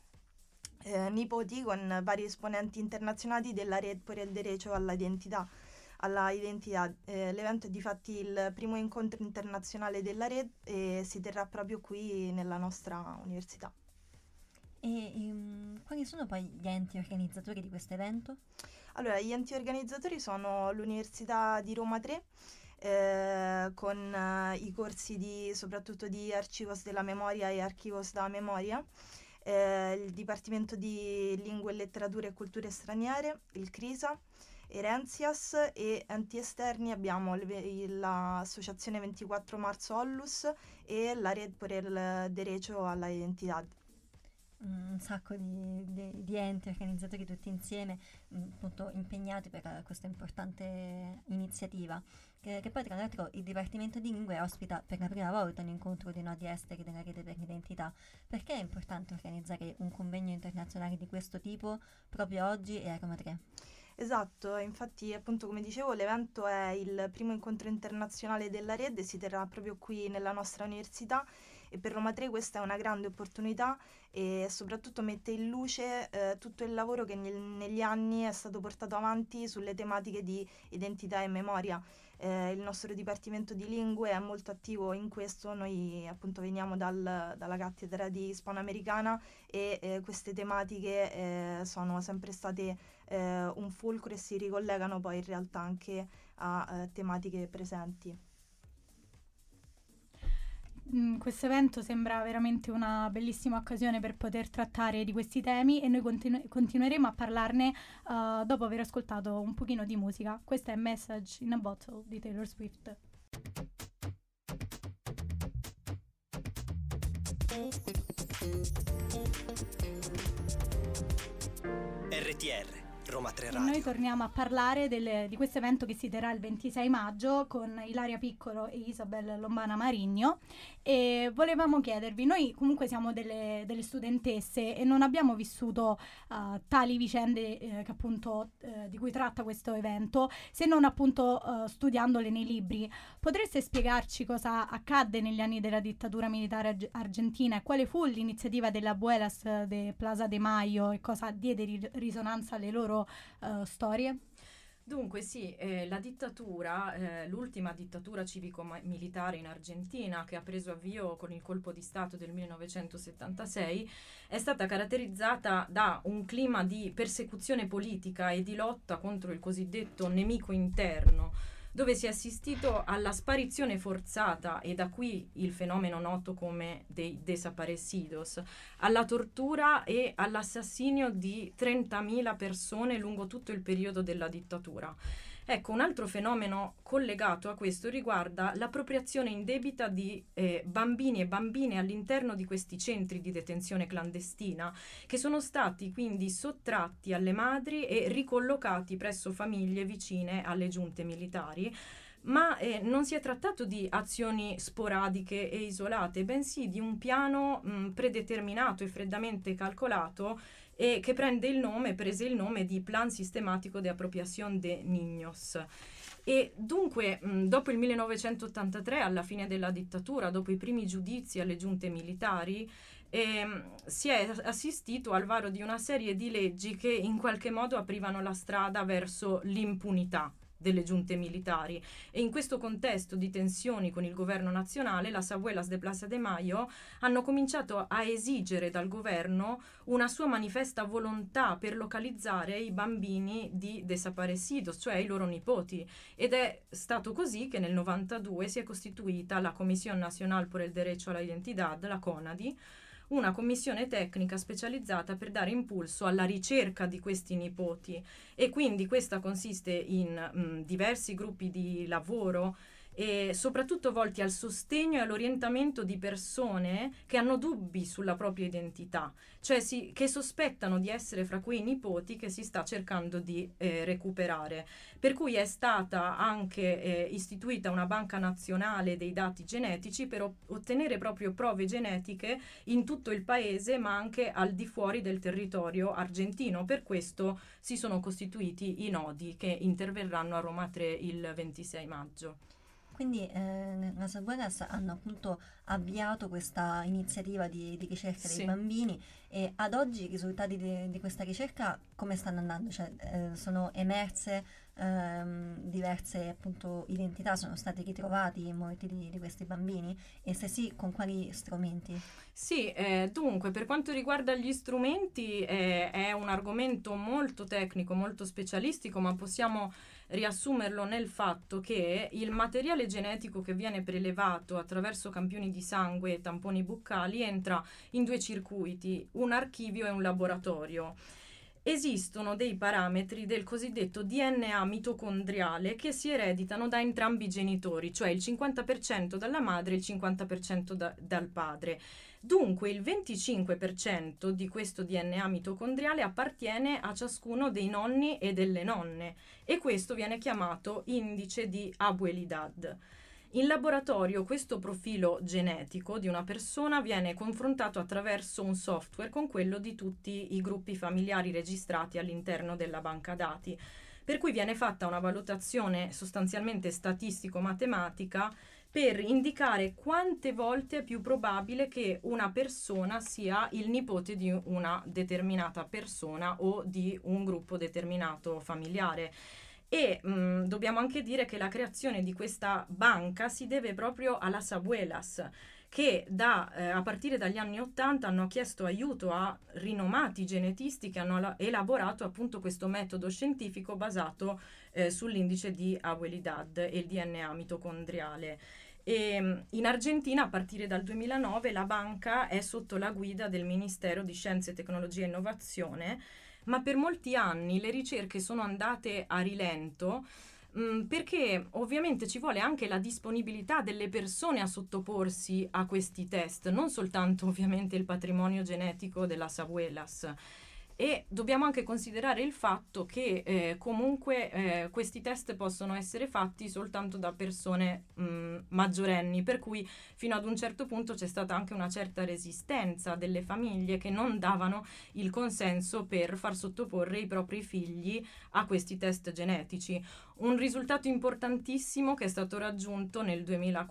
Speaker 5: nipoti con vari esponenti internazionali della Red por el Derecho alla identità. L'evento è difatti il primo incontro internazionale della Red e si terrà proprio qui nella nostra università.
Speaker 2: E quali sono poi gli enti organizzatori di questo evento?
Speaker 5: Allora, gli enti organizzatori sono l'Università di Roma 3, con i corsi soprattutto di Archivos della Memoria e Archivos della Memoria, il Dipartimento di Lingue, Letterature e Culture Straniere, il CRISA, Erencias, e enti esterni abbiamo l'associazione 24 Marzo Ollus e la Red por el Derecho a la Identidad.
Speaker 2: Un sacco di enti organizzatori tutti insieme, appunto impegnati per questa importante iniziativa, che poi tra l'altro il Dipartimento di Lingue ospita per la prima volta un incontro dei nodi esteri della Rete per l'Identità. Perché è importante organizzare un convegno internazionale di questo tipo proprio oggi e a Roma 3?
Speaker 5: Esatto, infatti appunto come dicevo l'evento è il primo incontro internazionale della Rete, si terrà proprio qui nella nostra università, e per Roma 3 questa è una grande opportunità e soprattutto mette in luce tutto il lavoro che negli anni è stato portato avanti sulle tematiche di identità e memoria. Il nostro Dipartimento di Lingue è molto attivo in questo, noi appunto veniamo dalla cattedra di ispanoamericana e queste tematiche sono sempre state un fulcro e si ricollegano poi in realtà anche a tematiche presenti.
Speaker 1: Questo evento sembra veramente una bellissima occasione per poter trattare di questi temi e noi continueremo a parlarne dopo aver ascoltato un pochino di musica. Questa è Message in a Bottle di Taylor Swift.
Speaker 4: RTR Roma 3
Speaker 1: E
Speaker 4: Radio.
Speaker 1: noi torniamo a parlare di questo evento che si terrà il 26 maggio con Ilaria Piccolo e Isabel Lombana Marigno, e volevamo chiedervi, noi comunque siamo delle studentesse e non abbiamo vissuto tali vicende che appunto di cui tratta questo evento, se non appunto studiandole nei libri. Potreste spiegarci cosa accadde negli anni della dittatura militare argentina e quale fu l'iniziativa delle Abuelas de Plaza de Mayo e cosa diede risonanza alle loro storie?
Speaker 6: Dunque sì, la dittatura, l'ultima dittatura civico-militare in Argentina, che ha preso avvio con il colpo di Stato del 1976, è stata caratterizzata da un clima di persecuzione politica e di lotta contro il cosiddetto nemico interno, dove si è assistito alla sparizione forzata, e da qui il fenomeno noto come dei desaparecidos, alla tortura e all'assassinio di 30.000 persone lungo tutto il periodo della dittatura. Ecco, un altro fenomeno collegato a questo riguarda l'appropriazione indebita di bambini e bambine all'interno di questi centri di detenzione clandestina, che sono stati quindi sottratti alle madri e ricollocati presso famiglie vicine alle giunte militari. Ma non si è trattato di azioni sporadiche e isolate, bensì di un piano predeterminato e freddamente calcolato, e che prese il nome di Plan Sistematico de Apropiación de Niños. E dunque, dopo il 1983, alla fine della dittatura, dopo i primi giudizi alle giunte militari, si è assistito al varo di una serie di leggi che in qualche modo aprivano la strada verso l'impunità delle giunte militari, e in questo contesto di tensioni con il governo nazionale, las Abuelas de Plaza de Mayo hanno cominciato a esigere dal governo una sua manifesta volontà per localizzare i bambini di desaparecidos, cioè i loro nipoti, ed è stato così che nel 92 si è costituita la Comisión Nacional por el Derecho a la Identidad, la CONADI, una commissione tecnica specializzata per dare impulso alla ricerca di questi nipoti, e quindi questa consiste in diversi gruppi di lavoro e soprattutto volti al sostegno e all'orientamento di persone che hanno dubbi sulla propria identità, cioè che sospettano di essere fra quei nipoti che si sta cercando di recuperare. Per cui è stata anche istituita una banca nazionale dei dati genetici per ottenere proprio prove genetiche in tutto il paese, ma anche al di fuori del territorio argentino. Per questo si sono costituiti i nodi che interverranno a Roma 3 il 26 maggio.
Speaker 2: Quindi las abuelas hanno appunto avviato questa iniziativa di ricerca dei bambini, e ad oggi i risultati di questa ricerca come stanno andando? Cioè, sono emerse diverse appunto identità, sono stati ritrovati molti di questi bambini, e se sì, con quali strumenti?
Speaker 6: Sì, dunque per quanto riguarda gli strumenti è un argomento molto tecnico, molto specialistico, ma possiamo riassumerlo nel fatto che il materiale genetico che viene prelevato attraverso campioni di sangue e tamponi buccali entra in 2 circuiti, un archivio e un laboratorio. Esistono dei parametri del cosiddetto DNA mitocondriale che si ereditano da entrambi i genitori, cioè il 50% dalla madre e il 50% dal padre. Dunque il 25% di questo DNA mitocondriale appartiene a ciascuno dei nonni e delle nonne, e questo viene chiamato indice di abuelidad. In laboratorio questo profilo genetico di una persona viene confrontato attraverso un software con quello di tutti i gruppi familiari registrati all'interno della banca dati, per cui viene fatta una valutazione sostanzialmente statistico-matematica per indicare quante volte è più probabile che una persona sia il nipote di una determinata persona o di un gruppo determinato familiare. E dobbiamo anche dire che la creazione di questa banca si deve proprio alla abuelas, che a partire dagli anni '80 hanno chiesto aiuto a rinomati genetisti che hanno elaborato appunto questo metodo scientifico basato sull'indice di abuelidad e il DNA mitocondriale. E in Argentina a partire dal 2009 la banca è sotto la guida del Ministero di Scienze, Tecnologia e Innovazione, ma per molti anni le ricerche sono andate a rilento, perché ovviamente ci vuole anche la disponibilità delle persone a sottoporsi a questi test, non soltanto ovviamente il patrimonio genetico della abuelas. E dobbiamo anche considerare il fatto che comunque questi test possono essere fatti soltanto da persone maggiorenni, per cui fino ad un certo punto c'è stata anche una certa resistenza delle famiglie che non davano il consenso per far sottoporre i propri figli a questi test genetici. Un risultato importantissimo che è stato raggiunto nel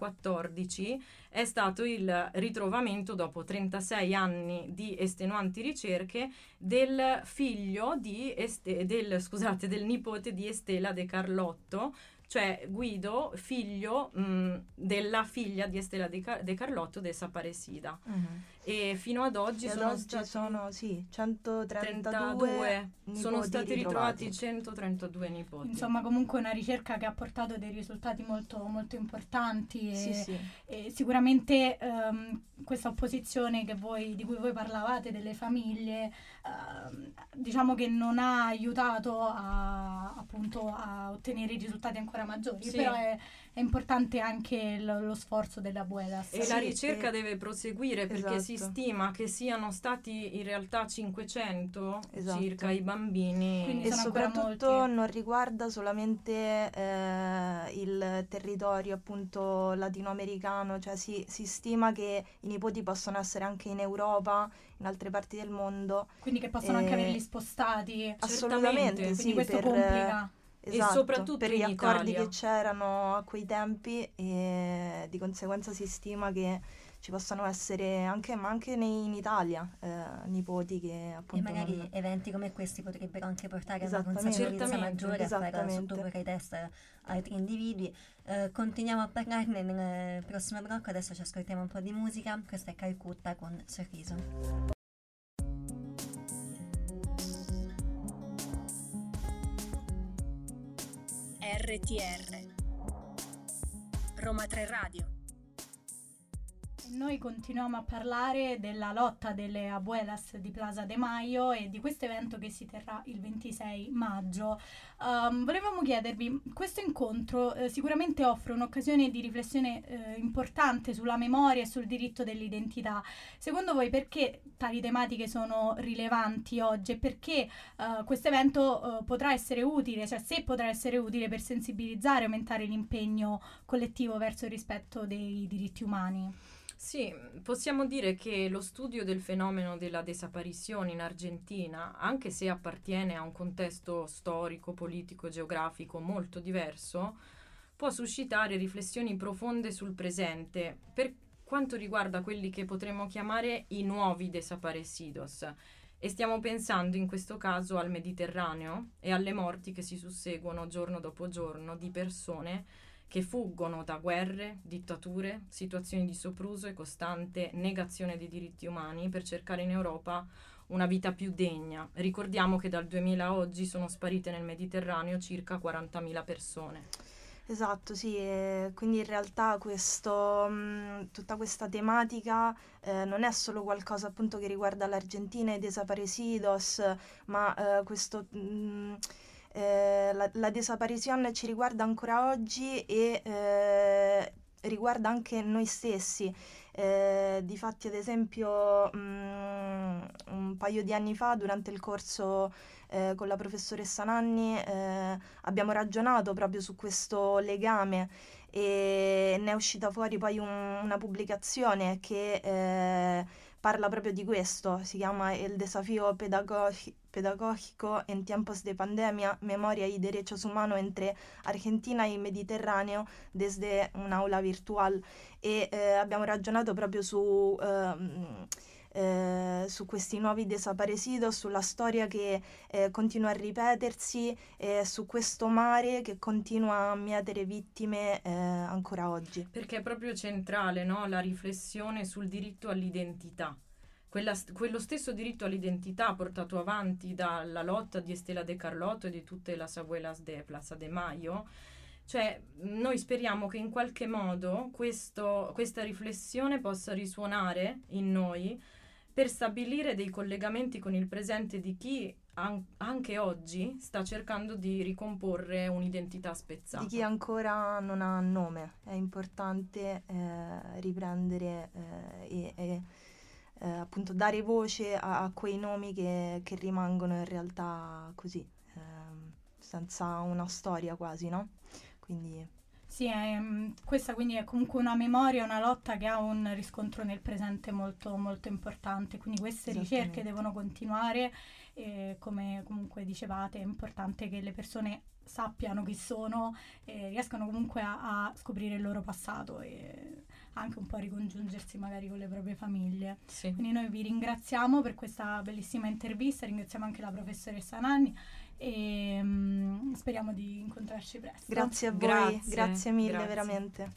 Speaker 6: 2014 è stato il ritrovamento, dopo 36 anni di estenuanti ricerche, del figlio del nipote di Estela De Carlotto, cioè Guido, figlio della figlia di Estela De Carlotto desaparecida. E fino ad oggi sono
Speaker 5: 132
Speaker 6: sono stati ritrovati 132 nipoti.
Speaker 1: Insomma, comunque una ricerca che ha portato dei risultati molto, molto importanti e sicuramente questa opposizione di cui voi parlavate delle famiglie, diciamo che non ha aiutato a ottenere risultati ancora maggiori, però è importante anche lo sforzo della abuelas.
Speaker 6: E la ricerca deve proseguire, perché si stima che siano stati in realtà 500 circa i bambini.
Speaker 1: Quindi
Speaker 5: e soprattutto non riguarda solamente il territorio appunto latinoamericano, cioè si stima che i nipoti possono essere anche in Europa, in altre parti del mondo.
Speaker 1: Quindi che possono anche averli spostati.
Speaker 5: Assolutamente,
Speaker 1: quindi
Speaker 5: sì,
Speaker 1: questo complica.
Speaker 5: Esatto,
Speaker 6: e soprattutto
Speaker 5: per
Speaker 6: in
Speaker 5: gli accordi
Speaker 6: Italia
Speaker 5: che c'erano a quei tempi, e di conseguenza si stima che ci possano essere anche in Italia nipoti che appunto
Speaker 2: e magari eventi come questi potrebbero anche portare a una consapevolezza maggiore, a far sottoporre i test a altri individui. Continuiamo a parlarne nel prossimo blocco. Adesso ci ascoltiamo un po' di musica. Questa è Calcutta con Sorriso.
Speaker 3: RTR Roma 3 Radio.
Speaker 1: Noi continuiamo a parlare della lotta delle abuelas di Plaza de Mayo e di questo evento che si terrà il 26 maggio. Volevamo chiedervi, questo incontro sicuramente offre un'occasione di riflessione importante sulla memoria e sul diritto dell'identità. Secondo voi perché tali tematiche sono rilevanti oggi e perché questo evento potrà essere utile, cioè se potrà essere utile per sensibilizzare e aumentare l'impegno collettivo verso il rispetto dei diritti umani?
Speaker 6: Sì, possiamo dire che lo studio del fenomeno della desaparizione in Argentina, anche se appartiene a un contesto storico, politico, geografico molto diverso, può suscitare riflessioni profonde sul presente per quanto riguarda quelli che potremmo chiamare i nuovi desaparecidos. E stiamo pensando in questo caso al Mediterraneo e alle morti che si susseguono giorno dopo giorno di persone che fuggono da guerre, dittature, situazioni di sopruso e costante negazione dei diritti umani per cercare in Europa una vita più degna. Ricordiamo che dal 2000 a oggi sono sparite nel Mediterraneo circa 40.000 persone.
Speaker 5: Esatto, sì, e quindi in realtà tutta questa tematica non è solo qualcosa appunto che riguarda l'Argentina e i desaparecidos, ma la desaparición ci riguarda ancora oggi e riguarda anche noi stessi. Difatti, ad esempio, un paio di anni fa, durante il corso con la professoressa Nanni, abbiamo ragionato proprio su questo legame e ne è uscita fuori poi una pubblicazione che parla proprio di questo, si chiama El desafío pedagógico en tiempos de pandemia, memoria y derechos humanos entre Argentina y Mediterráneo desde un'aula virtual, e abbiamo ragionato proprio su questi nuovi desaparecidos, sulla storia che continua a ripetersi, su questo mare che continua a mietere vittime ancora oggi.
Speaker 6: Perché è proprio centrale, no? La riflessione sul diritto all'identità. Quello stesso diritto all'identità portato avanti dalla lotta di Estela de Carlotto e di tutte las abuelas de Plaza de Mayo. Cioè, noi speriamo che in qualche modo questa riflessione possa risuonare in noi per stabilire dei collegamenti con il presente di chi anche oggi sta cercando di ricomporre un'identità spezzata.
Speaker 5: Di chi ancora non ha nome. È importante riprendere e appunto dare voce a quei nomi che rimangono in realtà così, senza una storia quasi, no? Quindi
Speaker 1: sì, questa quindi è comunque una memoria, una lotta che ha un riscontro nel presente molto, molto importante, quindi queste ricerche devono continuare e, come comunque dicevate, è importante che le persone sappiano chi sono e riescano comunque a scoprire il loro passato e anche un po' a ricongiungersi magari con le proprie famiglie.
Speaker 6: Sì.
Speaker 1: Quindi noi vi ringraziamo per questa bellissima intervista, ringraziamo anche la professoressa Nanni e speriamo di incontrarci presto.
Speaker 5: Grazie a voi, grazie mille, veramente.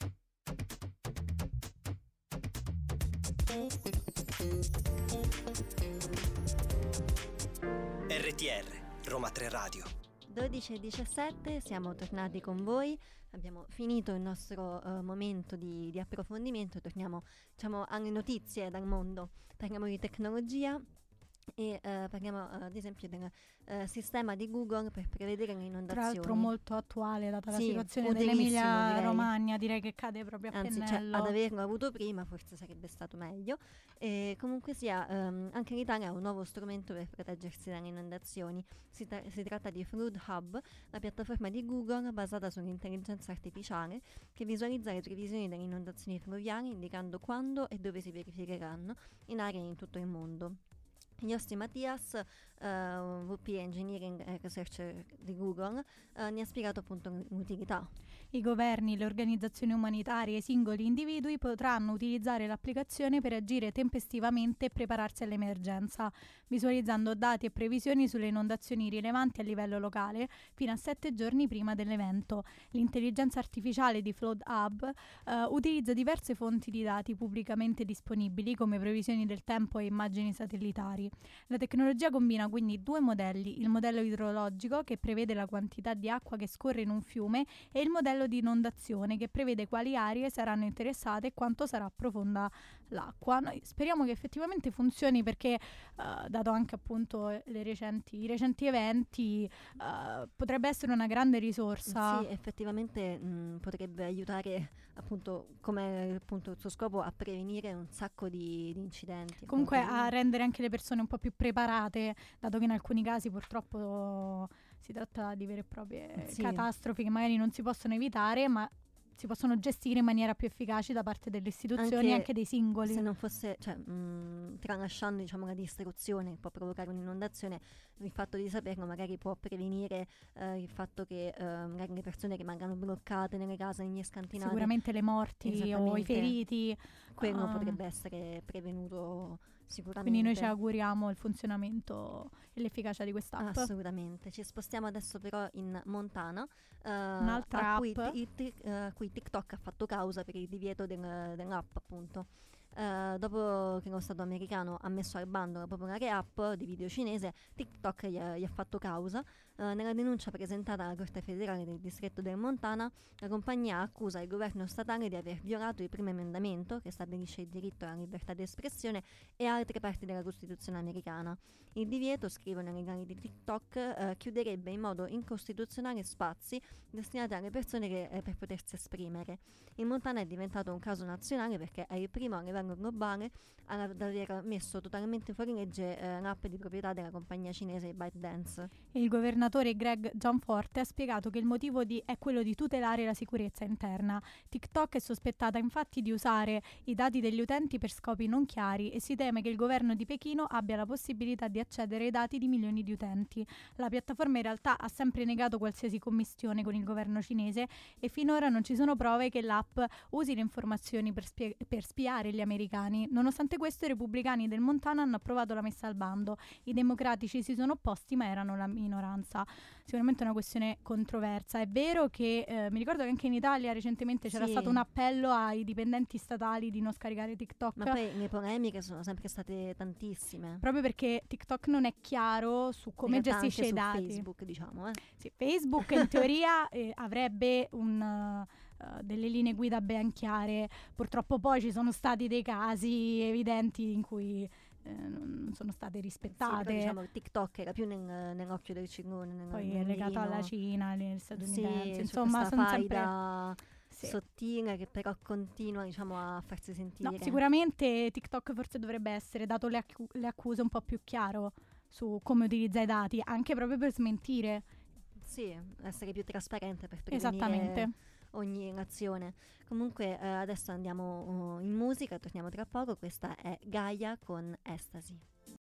Speaker 4: RTR, Roma 3 Radio.
Speaker 2: 12:17, siamo tornati con voi, abbiamo finito il nostro momento di approfondimento, torniamo alle notizie dal mondo, parliamo di tecnologia e parliamo ad esempio del sistema di Google per prevedere le inondazioni.
Speaker 1: Tra l'altro molto attuale data la
Speaker 2: Sì,
Speaker 1: situazione
Speaker 2: utilissimo,
Speaker 1: dell'Emilia Romagna, direi che cade proprio a
Speaker 2: Anzi,
Speaker 1: pennello.
Speaker 2: ad averlo avuto prima forse sarebbe stato meglio. E comunque sia, anche l'Italia ha un nuovo strumento per proteggersi dalle inondazioni. Si tratta di Flood Hub, la piattaforma di Google basata sull'intelligenza artificiale che visualizza le previsioni delle inondazioni fluviali indicando quando e dove si verificheranno in aree in tutto il mondo. Yosti Mattias, VP Engineering and Research di Google, ne ha spiegato appunto l'utilità.
Speaker 1: I governi, le organizzazioni umanitarie e i singoli individui potranno utilizzare l'applicazione per agire tempestivamente e prepararsi all'emergenza, visualizzando dati e previsioni sulle inondazioni rilevanti a livello locale fino a 7 giorni prima dell'evento. L'intelligenza artificiale di Flood Hub utilizza diverse fonti di dati pubblicamente disponibili come previsioni del tempo e immagini satellitari. La tecnologia combina quindi due modelli, il modello idrologico che prevede la quantità di acqua che scorre in un fiume e il modello di inondazione che prevede quali aree saranno interessate e quanto sarà profonda l'acqua. Noi speriamo che effettivamente funzioni perché dato anche appunto i recenti eventi potrebbe essere una grande risorsa.
Speaker 2: Sì, effettivamente potrebbe aiutare appunto come appunto il suo scopo a prevenire un sacco di incidenti.
Speaker 1: Comunque a rendere anche le persone un po' più preparate, dato che in alcuni casi purtroppo si tratta di vere e proprie catastrofi che magari non si possono evitare, ma si possono gestire in maniera più efficace da parte delle istituzioni e anche dei singoli.
Speaker 2: Se non fosse, tralasciando diciamo la distruzione che può provocare un'inondazione, il fatto di saperlo magari può prevenire il fatto che magari le persone rimangano bloccate nelle case, negli scantinati.
Speaker 1: Sicuramente le morti o i feriti.
Speaker 2: Quello potrebbe essere prevenuto sicuramente.
Speaker 1: Quindi noi ci auguriamo il funzionamento e l'efficacia di quest'app.
Speaker 2: Assolutamente. Ci spostiamo adesso però in Montana,
Speaker 1: un'altra
Speaker 2: a
Speaker 1: app
Speaker 2: cui TikTok ha fatto causa per il divieto dell'app, appunto. Dopo che lo Stato americano ha messo al bando la popolare app di video cinese, TikTok gli ha fatto causa. Nella denuncia presentata alla Corte federale del distretto del Montana, la compagnia accusa il governo statale di aver violato il primo emendamento che stabilisce il diritto alla libertà di espressione e altre parti della Costituzione americana. Il divieto, scrivono i legali di TikTok, chiuderebbe in modo incostituzionale spazi destinati alle persone per potersi esprimere. Il Montana è diventato un caso nazionale perché è il primo a livello globale ad aver messo totalmente fuori legge l'app di proprietà della compagnia cinese ByteDance.
Speaker 1: Il governatore Greg Gianforte ha spiegato che il motivo è quello di tutelare la sicurezza interna. TikTok è sospettata infatti di usare i dati degli utenti per scopi non chiari e si teme che il governo di Pechino abbia la possibilità di accedere ai dati di milioni di utenti. La piattaforma in realtà ha sempre negato qualsiasi commistione con il governo cinese e finora non ci sono prove che l'app usi le informazioni per spiare gli americani. Nonostante questo, i repubblicani del Montana hanno approvato la messa al bando. I democratici si sono opposti, ma erano la minoranza. Sicuramente è una questione controversa. È vero che mi ricordo che anche in Italia recentemente c'era stato un appello ai dipendenti statali di non scaricare TikTok.
Speaker 2: Ma poi le polemiche sono sempre state tantissime.
Speaker 1: Proprio perché TikTok non è chiaro su come gestisce i dati.
Speaker 2: Facebook, diciamo.
Speaker 1: Sì, Facebook in teoria avrebbe delle linee guida ben chiare. Purtroppo poi ci sono stati dei casi evidenti in cui non sono state rispettate.
Speaker 2: Sì, però, diciamo che TikTok era più nell'occhio del ciclone.
Speaker 1: Poi è legato alla Cina, agli statunitensi.
Speaker 2: Sì,
Speaker 1: insomma,
Speaker 2: sono
Speaker 1: sempre
Speaker 2: sottile che però continua, diciamo, a farsi sentire.
Speaker 1: No, sicuramente TikTok forse dovrebbe essere, dato le accuse, un po' più chiaro su come utilizza i dati, anche proprio per smentire.
Speaker 2: Sì, essere più trasparente per prevenire ogni azione. Comunque adesso andiamo in musica, torniamo tra poco. Questa è Gaia con Estasi.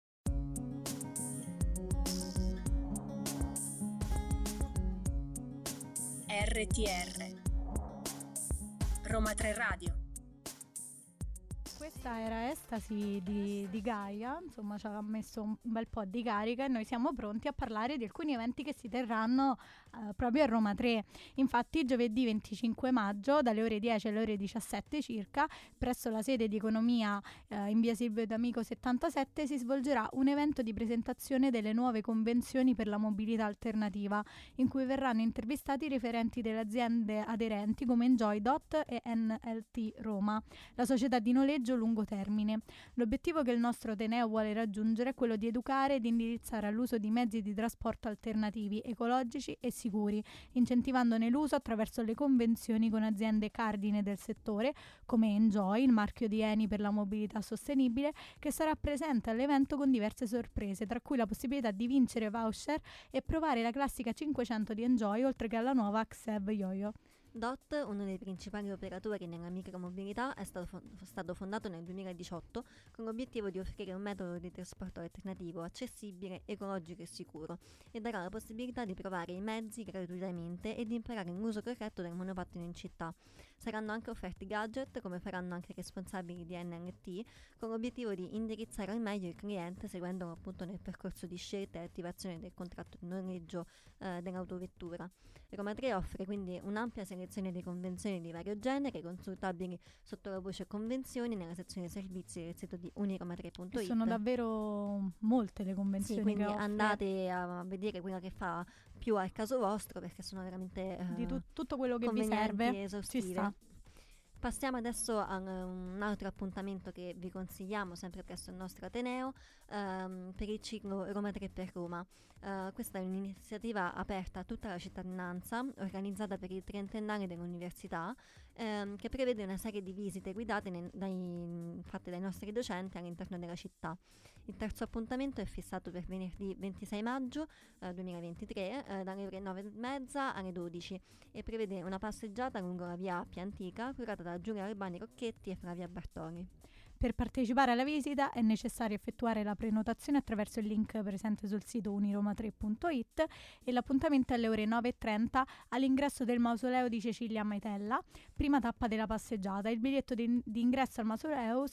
Speaker 3: RTR Roma 3 Radio.
Speaker 1: Questa era Estasi di Gaia, insomma ci ha messo un bel po' di carica e noi siamo pronti a parlare di alcuni eventi che si terranno proprio a Roma 3. Infatti giovedì 25 maggio dalle ore 10 alle ore 17 circa, presso la sede di economia in via Silvio D'Amico 77, si svolgerà un evento di presentazione delle nuove convenzioni per la mobilità alternativa, in cui verranno intervistati i referenti delle aziende aderenti come Enjoy.it e NLT Roma, la società di noleggio lungo termine. L'obiettivo che il nostro Ateneo vuole raggiungere è quello di educare ed indirizzare all'uso di mezzi di trasporto alternativi, ecologici e sicuri, incentivandone l'uso attraverso le convenzioni con aziende cardine del settore come Enjoy, il marchio di Eni per la mobilità sostenibile, che sarà presente all'evento con diverse sorprese, tra cui la possibilità di vincere voucher e provare la classica 500 di Enjoy, oltre che alla nuova Xev Yoyo.
Speaker 2: DOT, uno dei principali operatori nella micromobilità, è stato fondato nel 2018 con l'obiettivo di offrire un metodo di trasporto alternativo accessibile, ecologico e sicuro, e darà la possibilità di provare i mezzi gratuitamente e di imparare l'uso corretto del monopattino in città. Saranno anche offerti gadget, come faranno anche i responsabili di NLT, con l'obiettivo di indirizzare al meglio il cliente, seguendolo appunto nel percorso di scelta e attivazione del contratto di noleggio dell'autovettura. Roma 3 offre quindi un'ampia selezione di convenzioni di vario genere, consultabili sotto la voce convenzioni nella sezione servizi del sito di uniroma3.it.
Speaker 1: E sono davvero molte le convenzioni.
Speaker 2: Sì, quindi
Speaker 1: che offre.
Speaker 2: Andate a vedere quella che fa più al caso vostro, perché sono veramente
Speaker 1: di tutto quello che vi serve.
Speaker 2: Esaustive.
Speaker 1: Ci sta.
Speaker 2: Passiamo adesso a un altro appuntamento che vi consigliamo sempre presso il nostro Ateneo, per il ciclo Roma 3 per Roma. Questa è un'iniziativa aperta a tutta la cittadinanza, organizzata per il 30ennale dell'università, che prevede una serie di visite guidate fatte dai nostri docenti all'interno della città. Il terzo appuntamento è fissato per venerdì 26 maggio 2023 dalle ore 9:30 alle 12 e prevede una passeggiata lungo la via Appia Antica curata da Giulia Albani Rocchetti e Flavia Bartoli.
Speaker 1: Per partecipare alla visita è necessario effettuare la prenotazione attraverso il link presente sul sito uniroma3.it e l'appuntamento è alle ore 9:30 all'ingresso del mausoleo di Cecilia Maitella, prima tappa della passeggiata. Il biglietto di ingresso al mausoleo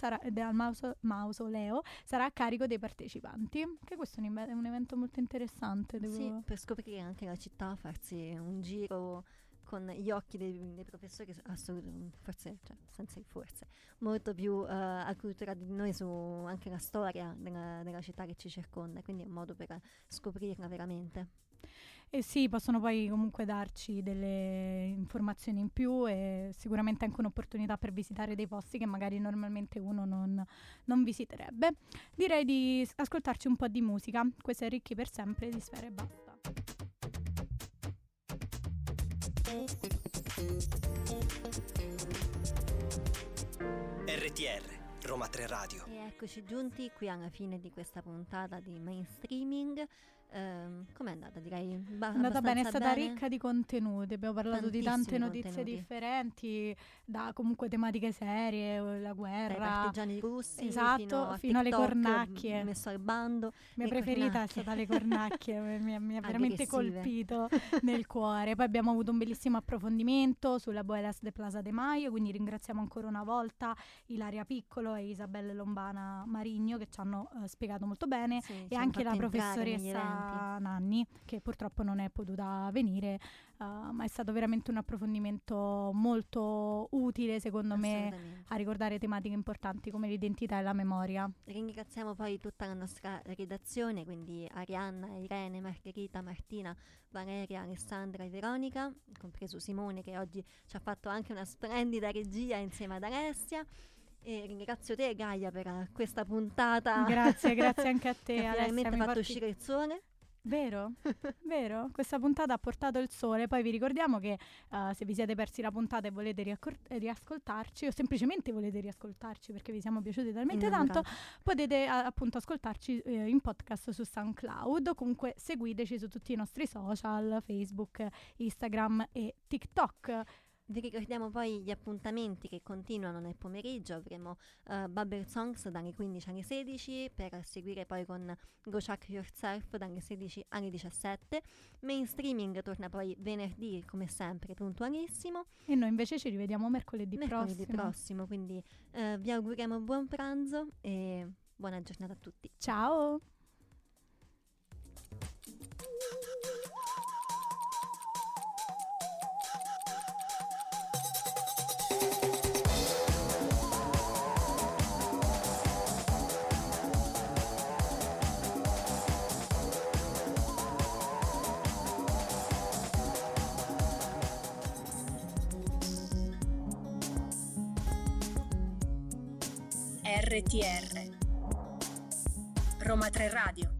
Speaker 1: sarà a carico dei partecipanti. Che questo è un evento molto interessante.
Speaker 2: Sì, per scoprire anche la città, farsi un giro con gli occhi dei professori, forse molto più acculturati di noi su anche la storia della città che ci circonda, quindi è un modo per scoprirla veramente.
Speaker 1: E sì, possono poi comunque darci delle informazioni in più e sicuramente anche un'opportunità per visitare dei posti che magari normalmente uno non visiterebbe. Direi di ascoltarci un po' di musica. Questo è Ricchi per sempre di Sfera Ebbasta.
Speaker 4: RTR, Roma 3 Radio.
Speaker 2: E eccoci giunti qui alla fine di questa puntata di Mainstreaming. Com'è andata? Direi
Speaker 1: è andata bene, è stata ricca di contenuti, abbiamo parlato di tante notizie
Speaker 2: contenuti
Speaker 1: differenti, da comunque tematiche serie, la guerra,
Speaker 2: dai partigiani russi,
Speaker 1: esatto, fino alle cornacchie,
Speaker 2: messo al bando.
Speaker 1: Mia preferita è stata le cornacchie, mi ha veramente colpito nel cuore. Poi abbiamo avuto un bellissimo approfondimento sulla Buelas de Plaza de Mayo, quindi ringraziamo ancora una volta Ilaria Piccolo e Isabelle Lombana Marigno che ci hanno spiegato molto bene, e anche la professoressa Nanni, che purtroppo non è potuta venire, ma è stato veramente un approfondimento molto utile secondo me a ricordare tematiche importanti come l'identità e la memoria.
Speaker 2: Ringraziamo poi tutta la nostra redazione, quindi Arianna, Irene, Margherita, Martina, Valeria, Alessandra e Veronica, compreso Simone che oggi ci ha fatto anche una splendida regia insieme ad Alessia. E ringrazio te Gaia per questa puntata.
Speaker 1: Grazie anche a te.
Speaker 2: Che ha finalmente fatto uscire il sole.
Speaker 1: Vero? Questa puntata ha portato il sole. Poi vi ricordiamo che se vi siete persi la puntata e volete riascoltarci, o semplicemente volete riascoltarci perché vi siamo piaciuti talmente tanto, potete appunto ascoltarci in podcast su SoundCloud. Comunque seguiteci su tutti i nostri social, Facebook, Instagram e TikTok.
Speaker 2: Vi ricordiamo poi gli appuntamenti che continuano nel pomeriggio. Avremo Bubble Songs dalle 15 alle 16 per seguire poi con Go Check Yourself dalle 16 alle 17. Mainstreaming torna poi venerdì come sempre puntualissimo.
Speaker 1: E noi invece ci rivediamo mercoledì prossimo.
Speaker 2: Quindi vi auguriamo buon pranzo e buona giornata a tutti.
Speaker 1: Ciao!
Speaker 3: RTR Roma 3 Radio.